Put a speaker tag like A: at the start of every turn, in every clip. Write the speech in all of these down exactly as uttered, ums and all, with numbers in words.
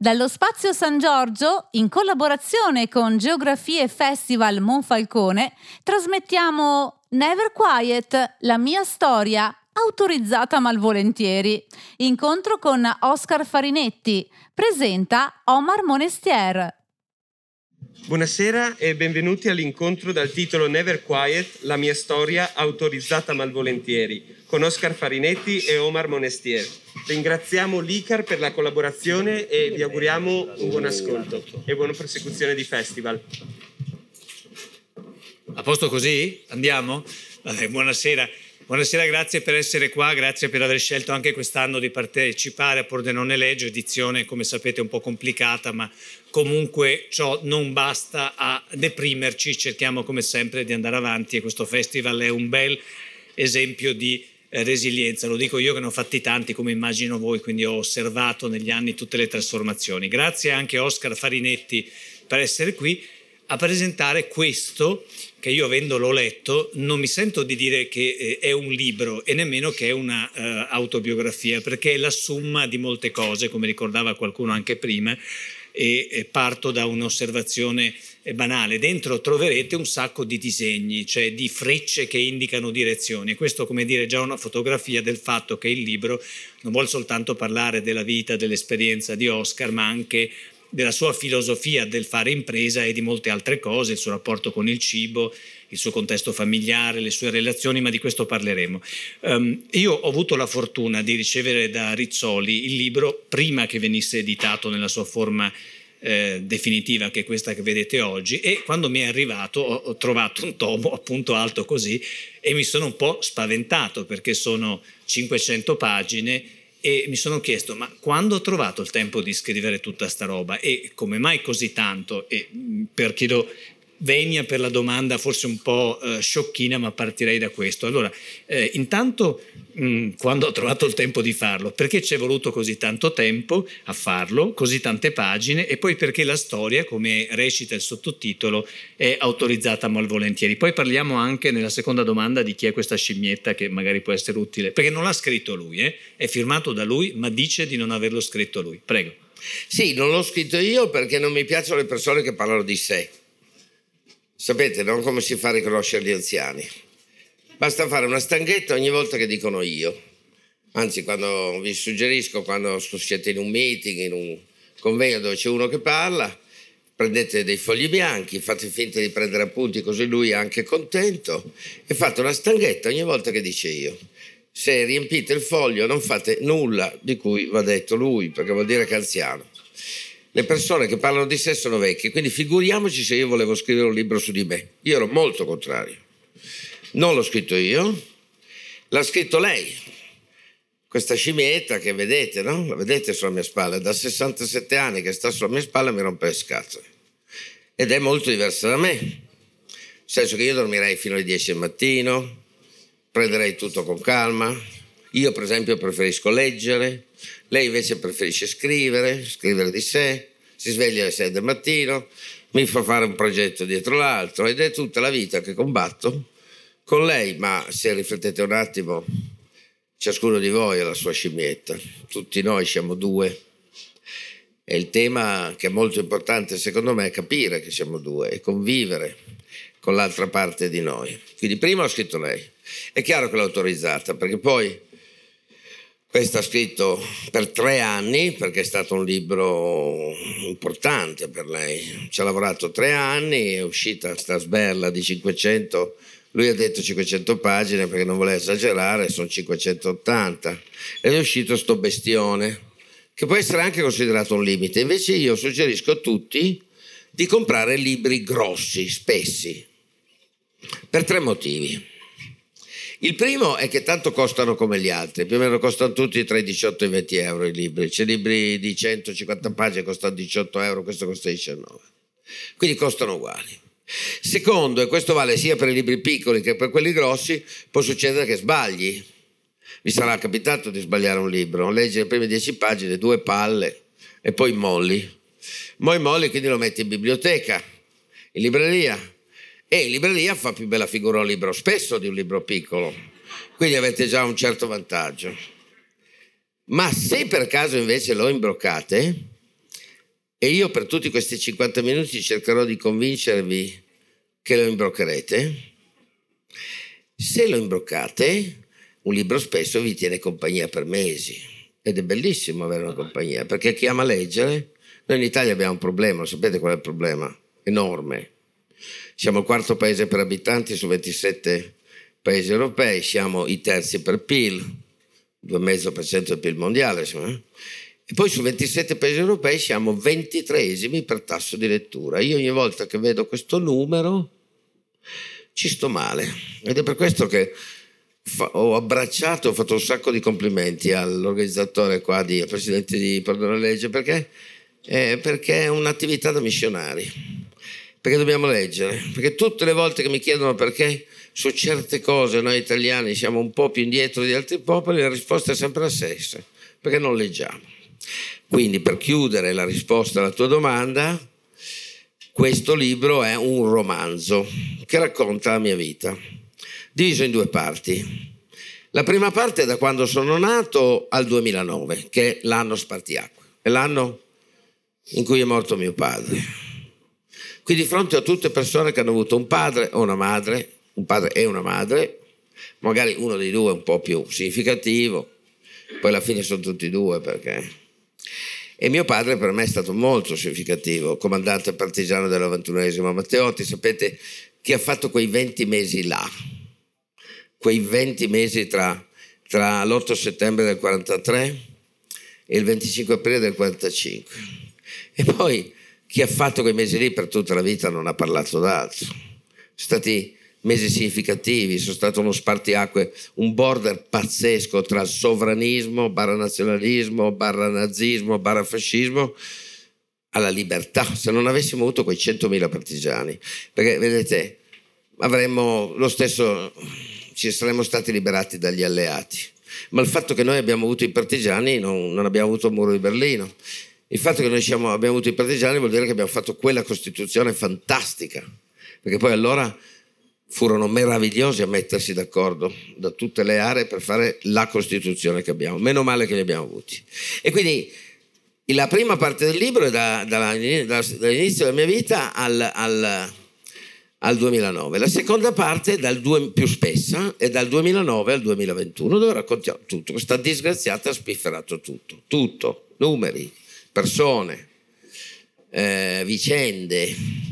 A: Dallo Spazio San Giorgio, in collaborazione con Geografie Festival Monfalcone, trasmettiamo Never Quiet, la mia storia, autorizzata malvolentieri. Incontro con Oscar Farinetti. Presenta Omar Monestier.
B: Buonasera e benvenuti all'incontro dal titolo Never Quiet, la mia storia, autorizzata malvolentieri, con Oscar Farinetti e Omar Monestier. Ringraziamo l'I C A R per la collaborazione e vi auguriamo un buon ascolto e buona prosecuzione di festival.
C: A posto così? Andiamo? Vabbè, buonasera. Buonasera, grazie per essere qua, grazie per aver scelto anche quest'anno di partecipare a Pordenone Legge, edizione come sapete un po' complicata, ma comunque ciò non basta a deprimerci, cerchiamo come sempre di andare avanti e questo festival è un bel esempio di eh, resilienza, lo dico io che ne ho fatti tanti come immagino voi, quindi ho osservato negli anni tutte le trasformazioni. Grazie anche a Oscar Farinetti per essere qui a presentare questo che io avendolo letto non mi sento di dire che eh, è un libro e nemmeno che è una eh, autobiografia, perché è la somma di molte cose, come ricordava qualcuno anche prima, e, e parto da un'osservazione eh, banale. Dentro troverete un sacco di disegni, cioè di frecce che indicano direzioni. Questo, come dire, è già una fotografia del fatto che il libro non vuole soltanto parlare della vita, dell'esperienza di Oscar, ma anche della sua filosofia del fare impresa e di molte altre cose, il suo rapporto con il cibo, il suo contesto familiare, le sue relazioni, ma di questo parleremo. Um, io ho avuto la fortuna di ricevere da Rizzoli il libro prima che venisse editato nella sua forma eh, definitiva, che è questa che vedete oggi, e quando mi è arrivato ho, ho trovato un tomo appunto alto così e mi sono un po' spaventato perché sono cinquecento pagine e mi sono chiesto, ma quando ho trovato il tempo di scrivere tutta sta roba e come mai così tanto? E per chiedo venia per la domanda forse un po' eh, sciocchina, ma partirei da questo. Allora, eh, intanto mh, quando ho trovato il tempo di farlo, perché ci è voluto così tanto tempo a farlo, così tante pagine, e poi perché la storia, come recita il sottotitolo, è autorizzata malvolentieri. Poi parliamo anche nella seconda domanda di chi è questa scimmietta che magari può essere utile, perché non l'ha scritto lui, eh? È firmato da lui, ma dice di non averlo scritto lui. Prego.
D: Sì, non l'ho scritto io perché non mi piacciono le persone che parlano di sé. Sapete, non come si fa a riconoscere gli anziani. Basta fare una stanghetta ogni volta che dicono io. Anzi, quando vi suggerisco, quando siete in un meeting, in un convegno dove c'è uno che parla, prendete dei fogli bianchi, fate finta di prendere appunti così lui è anche contento e fate una stanghetta ogni volta che dice io. Se riempite il foglio non fate nulla di cui va detto lui, perché vuol dire che è anziano. Le persone che parlano di sé sono vecchie, quindi figuriamoci se io volevo scrivere un libro su di me. Io ero molto contrario. Non l'ho scritto io, l'ha scritto lei. Questa scimmietta che vedete, no? La vedete sulla mia spalla, è da sessantasette anni che sta sulla mia spalla e mi rompe le scatole. Ed è molto diversa da me. Nel senso che io dormirei fino alle dieci del mattino, prenderei tutto con calma. Io per esempio preferisco leggere, lei invece preferisce scrivere, scrivere di sé, si sveglia alle sei del mattino, mi fa fare un progetto dietro l'altro ed è tutta la vita che combatto con lei, ma se riflettete un attimo, ciascuno di voi ha la sua scimmietta, tutti noi siamo due e il tema che è molto importante secondo me è capire che siamo due e convivere con l'altra parte di noi. Quindi prima l'ho scritto lei, è chiaro che l'ho autorizzata perché poi questo ha scritto per tre anni, perché è stato un libro importante per lei. Ci ha lavorato tre anni, è uscita sta sberla di cinquecento, lui ha detto cinquecento pagine perché non voleva esagerare, sono cinquecentottanta. Ed è uscito sto bestione, che può essere anche considerato un limite. Invece io suggerisco a tutti di comprare libri grossi, spessi, per tre motivi. Il primo è che tanto costano come gli altri, più o meno costano tutti tra i diciotto e i venti euro i libri. C'è libri di centocinquanta pagine, costano diciotto euro, questo costa diciannove. Quindi costano uguali. Secondo, e questo vale sia per i libri piccoli che per quelli grossi, può succedere che sbagli. Vi sarà capitato di sbagliare un libro, leggi le prime dieci pagine, due palle e poi molli. Poi molli, quindi lo metti in biblioteca, in libreria. E in libreria fa più bella figura un libro spesso di un libro piccolo, quindi avete già un certo vantaggio. Ma se per caso invece lo imbroccate, E io per tutti questi cinquanta minuti cercherò di convincervi che lo imbroccherete. Se lo imbroccate, un libro spesso vi tiene compagnia per mesi ed è bellissimo avere una compagnia, perché chi ama leggere, noi in Italia abbiamo un problema, lo sapete qual è il problema? Enorme. Siamo il quarto paese per abitanti su ventisette paesi europei, siamo i terzi per P I L, due virgola cinque per cento del P I L mondiale, insomma. E poi su ventisette paesi europei siamo ventitreesimi per tasso di lettura. Io ogni volta che vedo questo numero ci sto male, ed è per questo che fa, ho abbracciato, ho fatto un sacco di complimenti all'organizzatore qua, di, al presidente di Perdona Legge, perché, eh, perché è un'attività da missionari, perché dobbiamo leggere, perché tutte le volte che mi chiedono perché su certe cose noi italiani siamo un po' più indietro di altri popoli, la risposta è sempre la stessa, perché non leggiamo. Quindi, per chiudere la risposta alla tua domanda, questo libro è un romanzo che racconta la mia vita, diviso in due parti. La prima parte è da quando sono nato al duemilanove, che è l'anno spartiacque, è l'anno in cui è morto mio padre. Qui di fronte a tutte persone che hanno avuto un padre o una madre, un padre e una madre, magari uno dei due è un po' più significativo, poi alla fine sono tutti e due, perché... E mio padre per me è stato molto significativo, comandante partigiano della ventunesima Matteotti. Sapete chi ha fatto quei venti mesi là, quei venti mesi tra, tra l'otto settembre del quarantatré e il venticinque aprile del quarantacinque. E poi chi ha fatto quei mesi lì per tutta la vita non ha parlato d'altro. Sono stati mesi significativi, sono stato uno spartiacque, un border pazzesco tra sovranismo, barra nazionalismo, barra nazismo, barra fascismo, alla libertà. Se non avessimo avuto quei centomila partigiani, perché vedete, avremmo lo stesso, ci saremmo stati liberati dagli alleati, ma il fatto che noi abbiamo avuto i partigiani, non, non abbiamo avuto il muro di Berlino. Il fatto che noi siamo, abbiamo avuto i partigiani vuol dire che abbiamo fatto quella Costituzione fantastica, perché poi allora furono meravigliosi a mettersi d'accordo da tutte le aree per fare la Costituzione che abbiamo. Meno male che li abbiamo avuti. E quindi la prima parte del libro è da, da, da, dall'inizio della mia vita al, al, al duemilanove. La seconda parte, dal due, più spessa, è dal duemilanove al duemilaventuno, dove raccontiamo tutto. Questa disgraziata ha spifferato tutto. Tutto. Numeri, persone, eh, vicende,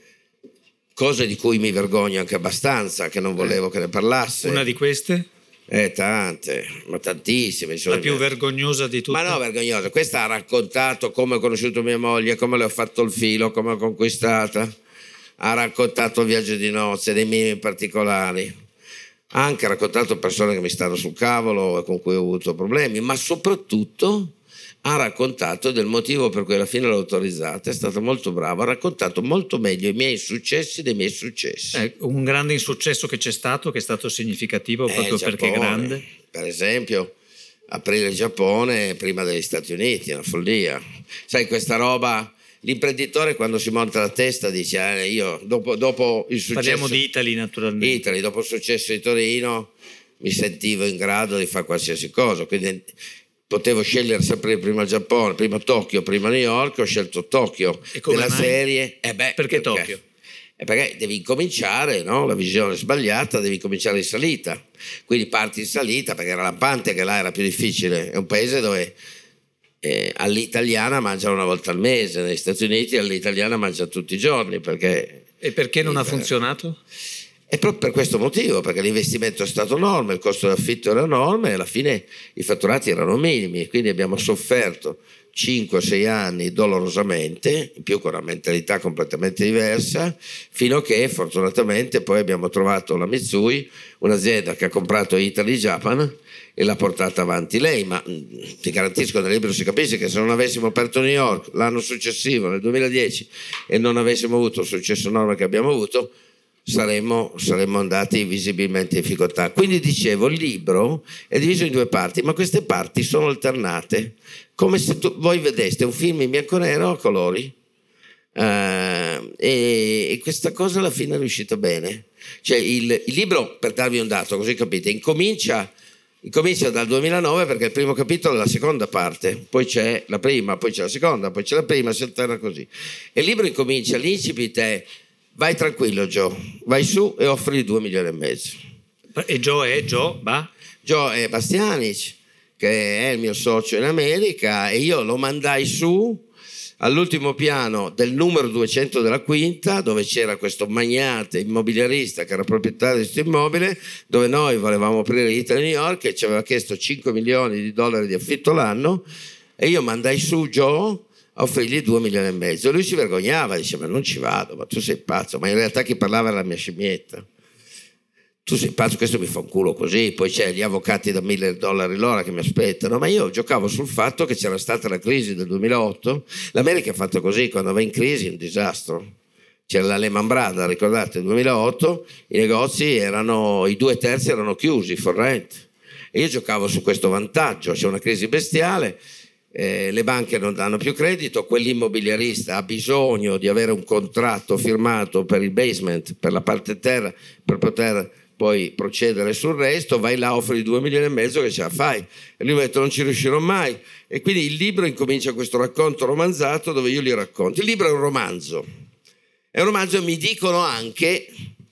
D: cose di cui mi vergogno anche abbastanza, che non volevo che ne parlasse.
C: Una di queste?
D: Eh, tante, ma tantissime. Insomma.
C: La più vergognosa di tutte?
D: Ma no, vergognosa. Questa ha raccontato come ho conosciuto mia moglie, come le ho fatto il filo, come l'ho conquistata. Ha raccontato il viaggio di nozze, dei miei particolari. Ha anche raccontato persone che mi stanno sul cavolo e con cui ho avuto problemi, ma soprattutto ha raccontato del motivo per cui alla fine l'ho autorizzata. È stato molto bravo, ha raccontato molto meglio i miei successi dei miei successi.
C: Eh, un grande insuccesso che c'è stato, che è stato significativo
D: eh,
C: proprio
D: Giappone,
C: perché è grande.
D: Per esempio, aprire il Giappone prima degli Stati Uniti, è una follia. Sai, questa roba, l'imprenditore quando si monta la testa dice eh, io dopo, dopo il successo...
C: Parliamo di Italy naturalmente.
D: Italy, dopo il successo di Torino mi sentivo in grado di fare qualsiasi cosa, quindi... Potevo scegliere sempre prima il Giappone, prima Tokyo, prima New York, ho scelto Tokyo.
C: E come
D: della
C: mai?
D: serie. Eh beh,
C: perché, perché
D: Tokyo? Eh perché devi incominciare, no? La visione sbagliata, devi cominciare in salita. Quindi parti in salita perché era lampante, che là era più difficile. È un paese dove eh, all'italiana mangiano una volta al mese, negli Stati Uniti all'italiana mangia tutti i giorni. Perché,
C: e perché non ha funzionato?
D: E proprio per questo motivo, perché l'investimento è stato enorme, il costo d'affitto era enorme e alla fine i fatturati erano minimi, quindi abbiamo sofferto cinque sei anni dolorosamente, in più con una mentalità completamente diversa, fino a che fortunatamente poi abbiamo trovato la Mitsui, un'azienda che ha comprato Italy Japan e l'ha portata avanti lei, ma ti garantisco nel libro si capisce che se non avessimo aperto New York l'anno successivo, nel duemiladieci, e non avessimo avuto il successo enorme che abbiamo avuto, Saremmo, saremmo andati visibilmente in difficoltà. Quindi dicevo, il libro è diviso in due parti, ma queste parti sono alternate, come se tu, voi vedeste un film in bianco e nero a colori, uh, e, e questa cosa alla fine è riuscita bene. Cioè il, il libro, per darvi un dato così capite, incomincia Incomincia dal duemilanove perché il primo capitolo è la seconda parte, poi c'è la prima, poi c'è la seconda, poi c'è la prima, si alterna così. E il libro incomincia, l'incipit è: vai tranquillo Joe, vai su e offri due milioni e mezzo.
C: E Joe è Joe, va?
D: Joe è Bastianic, che è il mio socio in America, e io lo mandai su all'ultimo piano del numero duecento della Quinta, dove c'era questo magnate immobiliarista che era proprietario di questo immobile, dove noi volevamo aprire l'Italy New York, e ci aveva chiesto cinque milioni di dollari di affitto l'anno, e io mandai su Joe a offrirgli due milioni e mezzo. Lui si vergognava, diceva: ma non ci vado, ma tu sei pazzo. Ma in realtà chi parlava era la mia scimmietta. Tu sei pazzo, questo mi fa un culo così, poi c'è gli avvocati da mille dollari l'ora che mi aspettano. Ma io giocavo sul fatto che c'era stata la crisi del duemilaotto. L'America è fatta così, quando va in crisi è un disastro. C'era la Lehman Brothers, ricordate, nel duemilaotto i negozi erano, i due terzi erano chiusi, for rent. E io giocavo su questo vantaggio: c'è una crisi bestiale, eh, le banche non danno più credito, quell'immobiliarista ha bisogno di avere un contratto firmato per il basement, per la parte terra, per poter poi procedere sul resto. Vai là, offri due milioni e mezzo, che ce la fai? E lui mi ha detto: non ci riuscirò mai. E quindi il libro incomincia questo racconto romanzato dove io li racconto. Il libro è un romanzo, è un romanzo, e mi dicono anche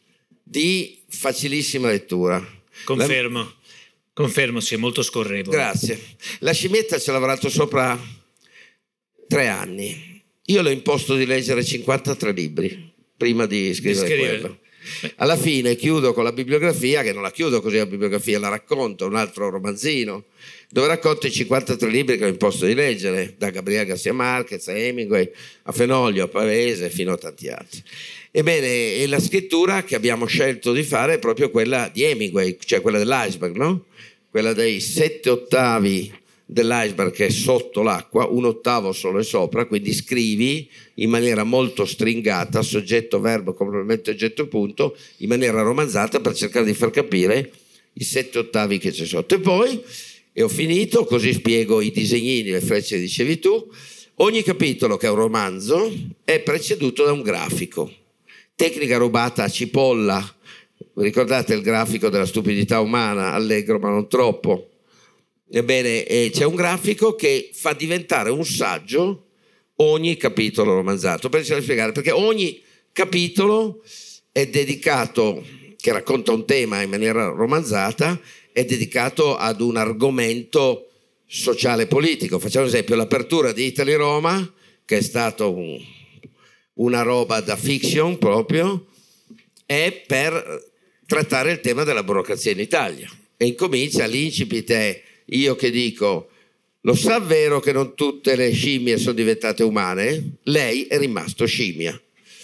D: di facilissima lettura.
C: Confermo,
D: La...
C: confermo, sì, è molto scorrevole.
D: Grazie. La scimmietta ci ha lavorato sopra tre anni. Io le ho imposto di leggere cinquantatré libri prima di scrivere, di scrivere. quello. Alla fine chiudo con la bibliografia, che non la chiudo così la bibliografia, la racconto, un altro romanzino, dove racconto i cinquantatré libri che ho imposto di leggere, da Gabriel Garcia Marquez a Hemingway, a Fenoglio, a Pavese, fino a tanti altri. Ebbene, e la scrittura che abbiamo scelto di fare è proprio quella di Hemingway, cioè quella dell'iceberg, no? Quella dei sette ottavi dell'iceberg che è sotto l'acqua, un ottavo solo è sopra, quindi scrivi in maniera molto stringata, soggetto, verbo, complemento, oggetto, punto, in maniera romanzata, per cercare di far capire i sette ottavi che c'è sotto. E poi, e ho finito, così spiego i disegnini, le frecce che dicevi tu. Ogni capitolo, che è un romanzo, è preceduto da un grafico. Tecnica rubata a cipolla, ricordate il grafico della stupidità umana, allegro ma non troppo? Ebbene, eh, c'è un grafico che fa diventare un saggio ogni capitolo romanzato, per spiegare, perché ogni capitolo è dedicato, che racconta un tema in maniera romanzata, è dedicato ad un argomento sociale politico. Facciamo un esempio: l'apertura di Italy Roma, che è stato un, una roba da fiction proprio, è per trattare il tema della burocrazia in Italia, e incomincia, l'incipit è io che dico: lo sa vero che non tutte le scimmie sono diventate umane? Lei è rimasto scimmia.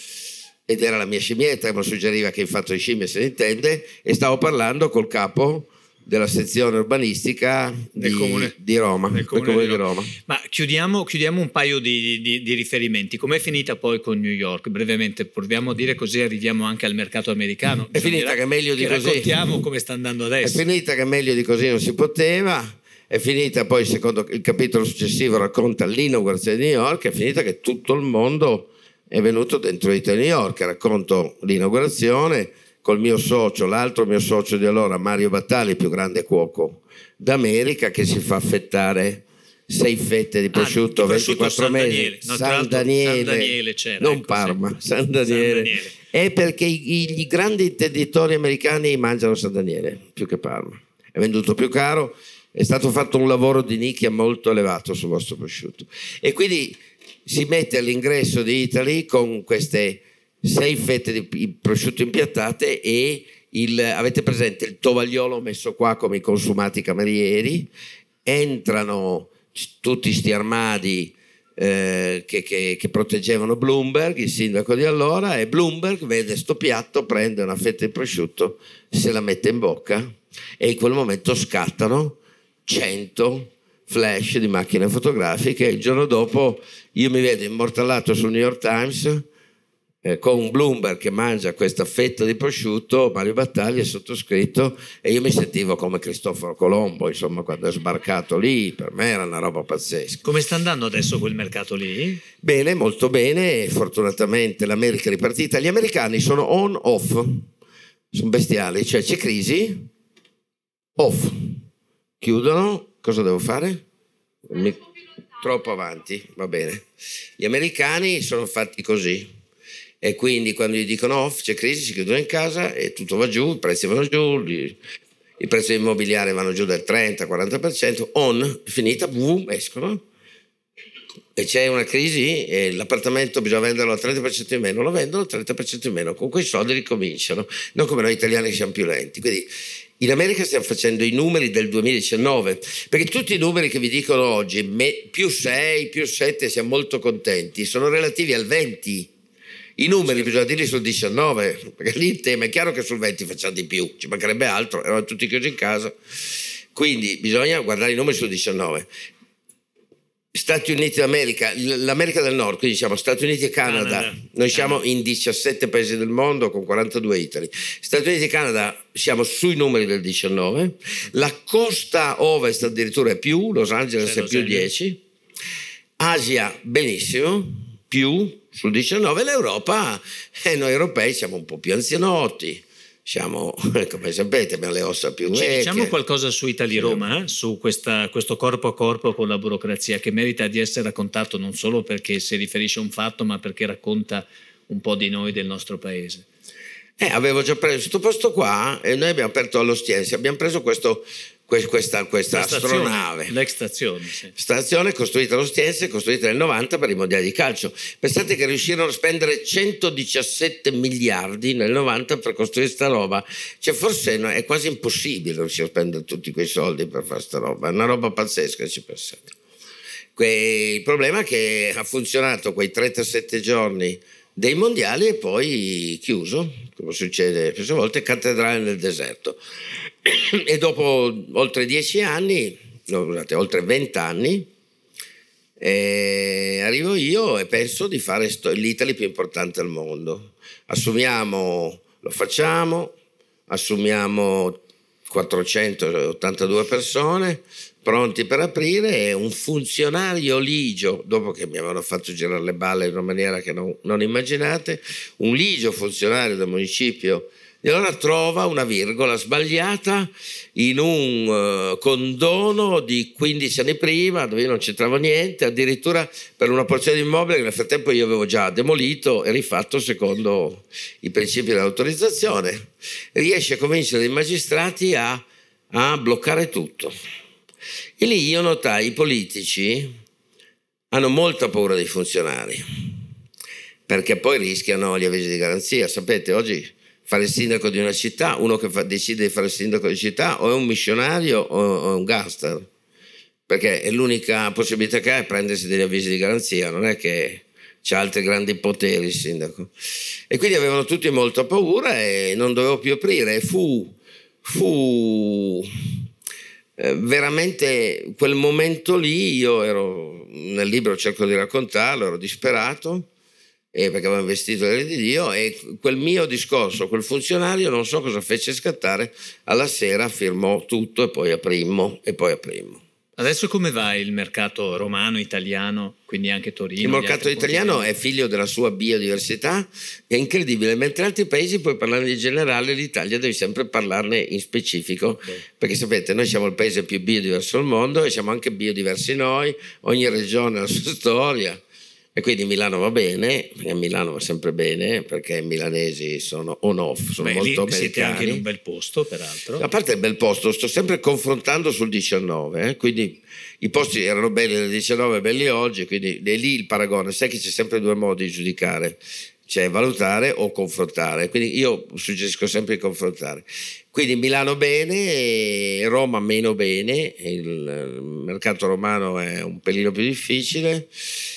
D: Ed era la mia scimmietta che mi suggeriva che in fatto di scimmie se ne intende, e stavo parlando col capo della sezione urbanistica di,
C: comune,
D: di Roma,
C: del comune,
D: comune
C: di
D: di
C: Roma.
D: Roma.
C: Ma chiudiamo, chiudiamo un paio di, di, di riferimenti. Com'è finita poi con New York? Brevemente proviamo a dire, così arriviamo anche al mercato americano.
D: È finita che è meglio di
C: che
D: così.
C: Raccontiamo come sta andando adesso.
D: È finita che meglio di così non si poteva. È finita poi, secondo il capitolo successivo racconta l'inaugurazione di New York, è finita che tutto il mondo è venuto dentro Italy New York. Racconto l'inaugurazione col mio socio, l'altro mio socio di allora, Mario Battali, il più grande cuoco d'America, che si fa affettare sei fette di prosciutto, ah, ventiquattro mesi.
C: No,
D: San Daniele,
C: San Daniele c'era,
D: non
C: ecco,
D: Parma,
C: sì.
D: San Daniele.
C: San Daniele.
D: È perché i, i grandi intenditori americani mangiano San Daniele più che Parma. È venduto più caro, è stato fatto un lavoro di nicchia molto elevato sul vostro prosciutto. E quindi si mette all'ingresso di Italy con queste sei fette di prosciutto impiattate e il, avete presente il tovagliolo messo qua come i consumati camerieri, entrano tutti sti armadi eh, che, che, che proteggevano Bloomberg, il sindaco di allora, e Bloomberg vede sto piatto, prende una fetta di prosciutto, se la mette in bocca e in quel momento scattano cento flash di macchine fotografiche. Il giorno dopo io mi vedo immortalato sul New York Times eh, con un Bloomberg che mangia questa fetta di prosciutto, Mario Battaglia è sottoscritto, e io mi sentivo come Cristoforo Colombo, insomma, quando è sbarcato lì. Per me era una roba pazzesca.
C: Come sta andando adesso quel mercato lì?
D: Bene, molto bene, fortunatamente l'America è ripartita. Gli americani sono on off, sono bestiali, cioè c'è crisi, off. chiudono, cosa devo fare? Mi... Troppo avanti, va bene. Gli americani sono fatti così e quindi quando gli dicono off, c'è crisi, si chiudono in casa e tutto va giù, i prezzi vanno giù, gli... i prezzi immobiliari vanno giù del trenta quaranta per cento, on, finita, boom, escono e c'è una crisi e l'appartamento bisogna venderlo al trenta per cento in meno, lo vendono al trenta per cento in meno, con quei soldi ricominciano, non come noi italiani che siamo più lenti. Quindi in America stiamo facendo i numeri del duemiladiciannove, perché tutti i numeri che vi dicono oggi, me, più sei, più sette, siamo molto contenti, sono relativi al venti. I numeri bisogna dirli sul diciannove, perché lì il tema è chiaro che sul venti facciamo di più, ci mancherebbe altro, eravamo tutti chiusi in casa, quindi bisogna guardare i numeri sul diciannove. Stati Uniti d'America, l'America del Nord, quindi diciamo Stati Uniti e Canada, Canada. Noi siamo in diciassette paesi del mondo con quarantadue Italy. Stati Uniti e Canada siamo sui numeri del diciannove, la costa ovest addirittura è più, Los Angeles C'è è più dieci, Asia benissimo, più sul diciannove, l'Europa, eh, noi europei siamo un po' più anzianotti. Siamo, come sapete, abbiamo le ossa più vecchie.
C: Cioè, diciamo qualcosa su Italia-Roma, eh? Su questa, questo corpo a corpo con la burocrazia che merita di essere raccontato non solo perché si riferisce a un fatto, ma perché racconta un po' di noi, del nostro paese.
D: Eh, avevo già preso questo posto qua e noi abbiamo aperto all'Ostiense, abbiamo preso questo, questa, questa astronave.
C: L'ex stazione, sì.
D: Stazione costruita all'Ostiense, costruita nel novanta per i mondiali di calcio. Pensate che riuscirono a spendere centodiciassette miliardi nel novanta per costruire sta roba. Cioè forse no, è quasi impossibile riuscire a spendere tutti quei soldi per fare sta roba. È una roba pazzesca, ci pensate. Que- il problema è che ha funzionato quei trentasette giorni dei mondiali e poi chiuso, come succede queste volte, cattedrale nel deserto. E dopo oltre dieci anni, no, scusate, oltre vent'anni, eh, arrivo io e penso di fare sto- l'Italy più importante al mondo. Assumiamo, lo facciamo, assumiamo quattrocentottantadue persone pronti per aprire e un funzionario ligio, dopo che mi avevano fatto girare le balle in una maniera che non, non immaginate, un ligio funzionario del municipio e allora trova una virgola sbagliata in un uh, condono di quindici anni prima dove io non c'entravo niente, addirittura per una porzione di immobile che nel frattempo io avevo già demolito e rifatto secondo i principi dell'autorizzazione. Riesce a convincere i magistrati a, a bloccare tutto. E lì io notai i politici hanno molta paura dei funzionari perché poi rischiano gli avvisi di garanzia. Sapete, oggi fare il sindaco di una città, uno che fa, decide di fare il sindaco di città o è un missionario o, o è un gangster, perché è l'unica possibilità che ha è prendersi degli avvisi di garanzia, non è che c'ha altri grandi poteri il sindaco. E quindi avevano tutti molta paura e non dovevo più aprire. E fu, fu eh, veramente quel momento lì, io ero, nel libro cerco di raccontarlo, ero disperato, e perché avevo investito l'era di Dio e quel mio discorso, quel funzionario non so cosa fece scattare, alla sera firmò tutto e poi aprimmo e poi aprimmo.
C: Adesso come va il mercato romano, italiano, quindi anche Torino?
D: Il mercato italiano è figlio della sua biodiversità, è incredibile, mentre altri paesi puoi parlarne in generale, l'Italia devi sempre parlarne in specifico, okay. Perché sapete, noi siamo il paese più biodiverso al mondo e siamo anche biodiversi noi, ogni regione ha la sua storia. E quindi Milano va bene, perché Milano va sempre bene, perché i milanesi sono on-off, sono
C: Beh,
D: molto
C: lì
D: americani.
C: Siete anche in un bel posto, peraltro.
D: A parte il bel posto, sto sempre confrontando sul diciannove, eh? Quindi i posti erano belli nel diciannove, belli oggi, quindi è lì il paragone. Sai che c'è sempre due modi di giudicare, cioè valutare o confrontare, quindi io suggerisco sempre di confrontare. Quindi Milano bene, Roma meno bene, il mercato romano è un pelino più difficile.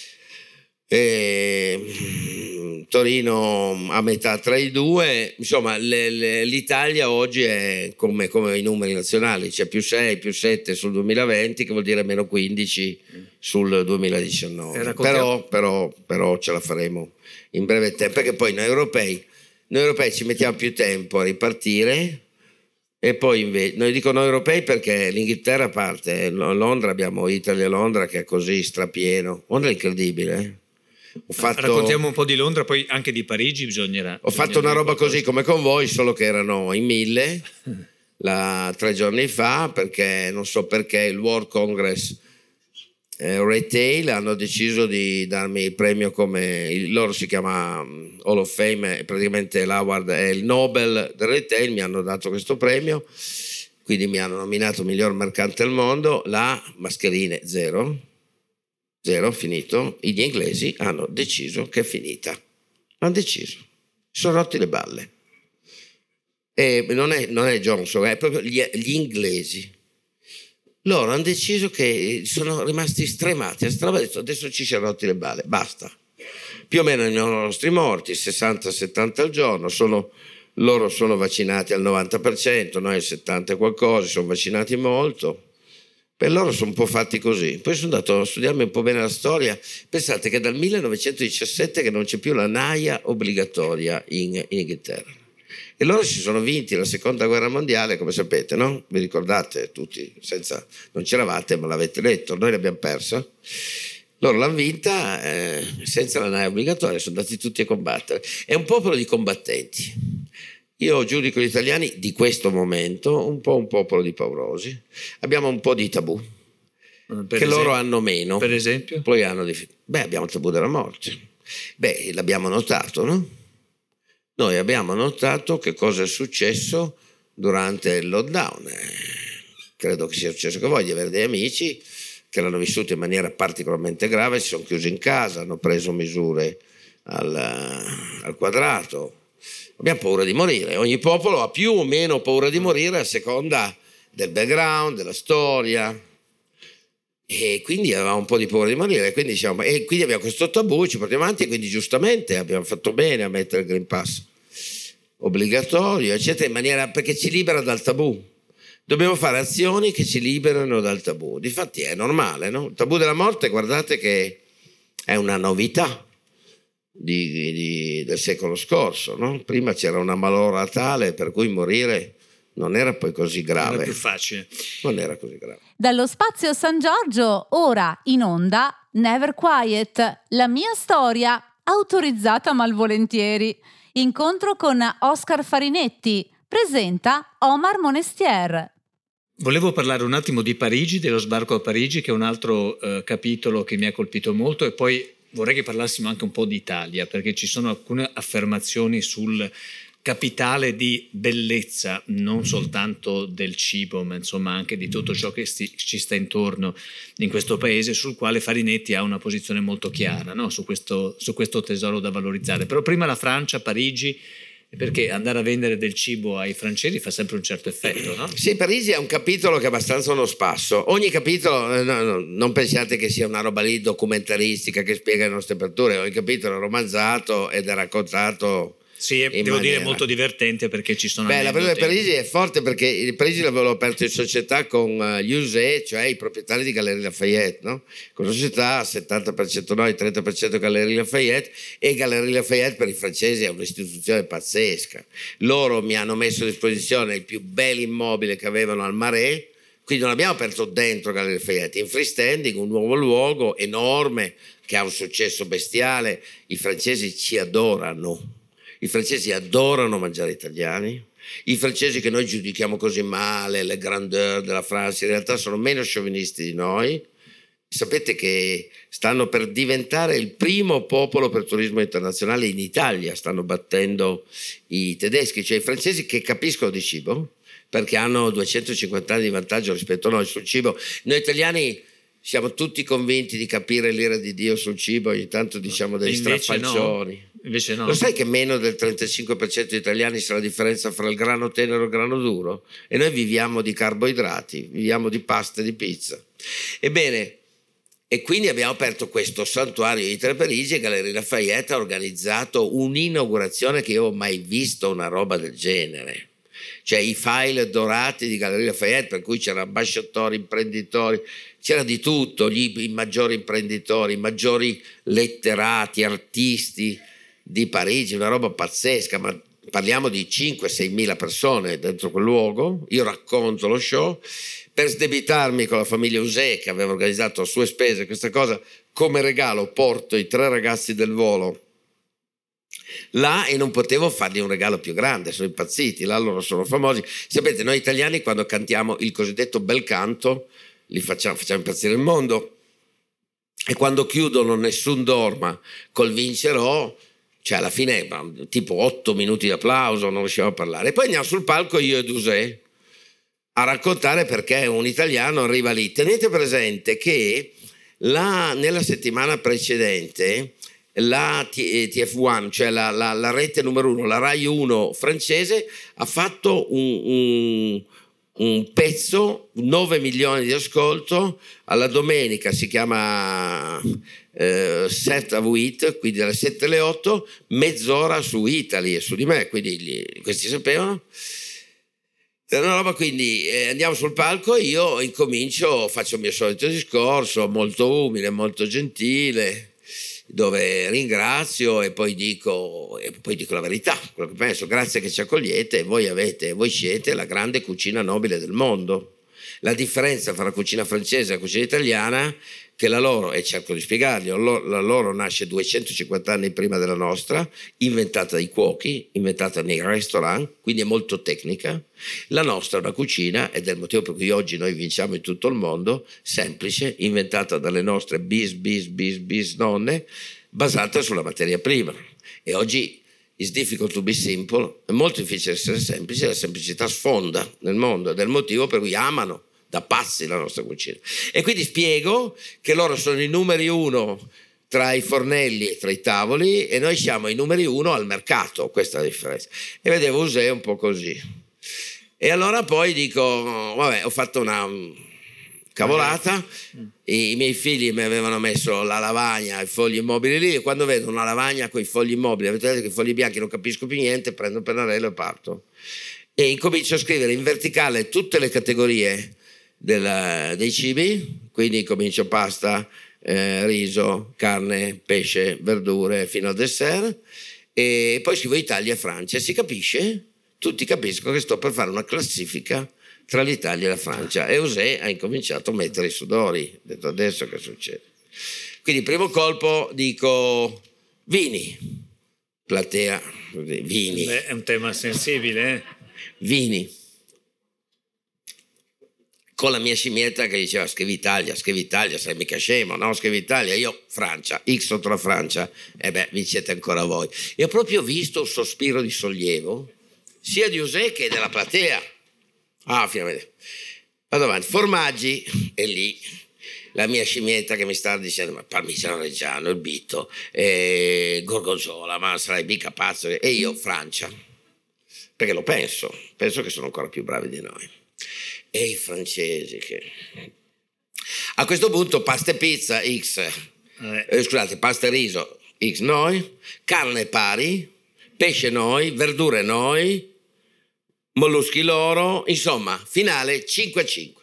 D: E Torino a metà tra i due, insomma le, le, l'Italia oggi è come, come i numeri nazionali, c'è più sei, più sette sul duemilaventi che vuol dire meno quindici sul duemiladiciannove, però, però, però ce la faremo in breve tempo, perché poi noi europei, noi europei ci mettiamo più tempo a ripartire e poi invece, noi dico noi europei perché l'Inghilterra parte, a Londra abbiamo Italia-Londra che è così strapieno, Londra è incredibile, eh? Ho fatto,
C: raccontiamo un po' di Londra, poi anche di Parigi bisognerà.
D: Ho fatto una roba così come con voi, solo che erano in mille la, tre giorni fa, perché non so perché il World Congress eh, Retail hanno deciso di darmi il premio, come il loro si chiama Hall of Fame, praticamente l'award è il Nobel del retail, mi hanno dato questo premio, quindi mi hanno nominato miglior mercante al mondo. La mascherine zero, zero, finito. Gli inglesi hanno deciso che è finita, hanno deciso, si sono rotti le balle. E non è, non è Johnson, è proprio gli, gli inglesi. Loro hanno deciso che sono rimasti stremati, adesso ci siamo rotti le balle, basta. Più o meno i nostri morti, sessanta settanta al giorno, sono, loro sono vaccinati al novanta per cento, noi al settanta e qualcosa, sono vaccinati molto. Per loro sono un po' fatti così. Poi sono andato a studiarmi un po' bene la storia. Pensate che dal millenovecentodiciassette che non c'è più la naia obbligatoria in, in Inghilterra. E loro si sono vinti la seconda guerra mondiale, come sapete, no? Vi ricordate tutti, senza, non c'eravate ma l'avete letto, noi l'abbiamo persa. Loro l'hanno vinta eh, senza la naia obbligatoria, sono andati tutti a combattere. È un popolo di combattenti. Io giudico gli italiani di questo momento un po' un popolo di paurosi. Abbiamo un po' di tabù,
C: per
D: che
C: esempio,
D: loro hanno meno.
C: Per esempio?
D: Poi hanno di... Beh, abbiamo il tabù della morte. Beh, l'abbiamo notato, no? Noi abbiamo notato che cosa è successo durante il lockdown. Eh, credo che sia successo che voi, di avere degli amici che l'hanno vissuto in maniera particolarmente grave, si sono chiusi in casa, hanno preso misure al, al quadrato. Abbiamo paura di morire. Ogni popolo ha più o meno paura di morire a seconda del background, della storia. E quindi avevamo un po' di paura di morire. Quindi, diciamo, e quindi abbiamo questo tabù, ci portiamo avanti, e quindi giustamente abbiamo fatto bene a mettere il Green Pass obbligatorio, eccetera, in maniera, perché ci libera dal tabù. Dobbiamo fare azioni che ci liberano dal tabù. Difatti è normale, no? Il tabù della morte, guardate che è una novità di, di, del secolo scorso, no? Prima c'era una malora tale per cui morire non era poi così grave.
C: Era più facile.
D: Non era così grave.
A: Dallo spazio San Giorgio, ora in onda, Never Quiet, la mia storia, autorizzata malvolentieri. Incontro con Oscar Farinetti, presenta Omar Monestier.
C: Volevo parlare un attimo di Parigi, dello sbarco a Parigi, che è un altro eh, capitolo che mi ha colpito molto, e poi vorrei che parlassimo anche un po' d'Italia, perché ci sono alcune affermazioni sul capitale di bellezza, non soltanto del cibo, ma insomma anche di tutto ciò che sti, ci sta intorno in questo paese, sul quale Farinetti ha una posizione molto chiara, no? su, questo, su questo tesoro da valorizzare. Però prima la Francia, Parigi, perché andare a vendere del cibo ai francesi fa sempre un certo effetto, no?
D: Sì, Parigi è un capitolo che è abbastanza uno spasso. Ogni capitolo, eh, no, no, non pensiate che sia una roba lì documentaristica che spiega le nostre aperture. Ogni capitolo è romanzato ed è raccontato.
C: Sì, devo
D: maniera.
C: dire molto divertente, perché ci sono...
D: Beh, la prima di Parigi è forte perché il Parigi l'avevo aperto in società con uh, gli U S E, cioè i proprietari di Galleria Lafayette, no? Con la società settanta per cento noi, trenta per cento Galleria Lafayette, e Galleria Lafayette per i francesi è un'istituzione pazzesca. Loro mi hanno messo a disposizione il più bel immobile che avevano al Marais, quindi non abbiamo aperto dentro Galleria Lafayette, in freestanding, un nuovo luogo enorme che ha un successo bestiale. I francesi ci adorano. I francesi adorano mangiare italiani, i francesi che noi giudichiamo così male, le grandeur della Francia, in realtà sono meno sciovinisti di noi. Sapete che stanno per diventare il primo popolo per turismo internazionale in Italia, stanno battendo i tedeschi, cioè i francesi che capiscono di cibo, perché hanno duecentocinquanta anni di vantaggio rispetto a noi sul cibo. Noi italiani siamo tutti convinti di capire l'ira di Dio sul cibo, ogni tanto diciamo dei strafalcioni.
C: No. Invece no.
D: Lo sai che meno del trentacinque per cento degli italiani sa la differenza fra il grano tenero e il grano duro? E noi viviamo di carboidrati, viviamo di pasta e di pizza. Ebbene, e quindi abbiamo aperto questo santuario di Tre Parigi, e Galleria Lafayette ha organizzato un'inaugurazione che io ho mai visto una roba del genere. Cioè i file dorati di Galleria Lafayette, per cui c'erano ambasciatori, imprenditori, c'era di tutto, gli, i maggiori imprenditori, i maggiori letterati, artisti di Parigi, una roba pazzesca, ma parliamo di cinque sei mila persone dentro quel luogo. Io racconto lo show per sdebitarmi con la famiglia U S E che aveva organizzato a sue spese questa cosa. Come regalo porto i tre ragazzi del volo là e non potevo fargli un regalo più grande, sono impazziti, là loro sono famosi. Sapete, noi italiani quando cantiamo il cosiddetto bel canto li facciamo, facciamo impazzire il mondo, e quando chiudono Nessun dorma col Vincerò, cioè alla fine tipo otto minuti di applauso, non riusciamo a parlare, e poi andiamo sul palco io e Dusè a raccontare perché un italiano arriva lì. Tenete presente che la, nella settimana precedente la T F uno, cioè la, la, la rete numero uno, la Rai uno francese, ha fatto un, un, un pezzo, nove milioni di ascolto, alla domenica, si chiama eh, sette a huit, quindi dalle sette alle otto, mezz'ora su Italy e su di me, quindi gli, questi sapevano. È una roba, quindi eh, andiamo sul palco, io incomincio, faccio il mio solito discorso, molto umile, molto gentile, dove ringrazio e poi dico, e poi dico la verità, quello che penso. Grazie che ci accogliete, voi avete, voi siete la grande cucina nobile del mondo. La differenza fra la cucina francese e la cucina italiana, che la loro, e cerco di spiegargli, la loro nasce duecentocinquanta anni prima della nostra, inventata dai cuochi, inventata nei restaurant, quindi è molto tecnica. La nostra è una cucina, ed è il motivo per cui oggi noi vinciamo in tutto il mondo, semplice, inventata dalle nostre bis, bis, bis, bis nonne, basata sulla materia prima. E oggi it's difficult to be simple, è molto difficile essere semplice, la semplicità sfonda nel mondo, ed è il motivo per cui amano da pazzi la nostra cucina. E quindi spiego che loro sono i numeri uno tra i fornelli e tra i tavoli, e noi siamo i numeri uno al mercato, questa è la differenza. E vedevo Usè un po' così. E allora poi dico, vabbè, ho fatto una cavolata, i, i miei figli mi avevano messo la lavagna, i fogli immobili lì, e quando vedo una lavagna con i fogli immobili, avete detto che i fogli bianchi non capisco più niente, prendo il pennarello e parto. E incomincio a scrivere in verticale tutte le categorie Della, dei cibi, quindi comincio pasta, eh, riso, carne, pesce, verdure fino al dessert, e poi scrivo Italia e Francia, e si capisce, tutti capiscono che sto per fare una classifica tra l'Italia e la Francia, e Usè ha incominciato a mettere i sudori, ho detto adesso che succede. Quindi primo colpo dico vini, platea, vini.
C: Beh, è un tema sensibile, eh?
D: Vini. Con la mia scimmietta che diceva scrivi Italia, scrivi Italia, sei mica scemo, no? Scrivi Italia, io Francia, X sotto la Francia, e beh, vincete ancora voi. E ho proprio visto un sospiro di sollievo, sia di Usè che della platea. Ah, finalmente. Vado avanti, formaggi, e lì la mia scimmietta che mi stava dicendo, ma parmigiano reggiano, il bitto, eh, gorgonzola, ma sarai mica pazzo, e io Francia, perché lo penso, penso che sono ancora più bravi di noi. E i francesi che a questo punto pasta e pizza X, eh, scusate, pasta e riso X noi, carne pari, pesce noi, verdure noi, molluschi loro, insomma finale cinque a cinque.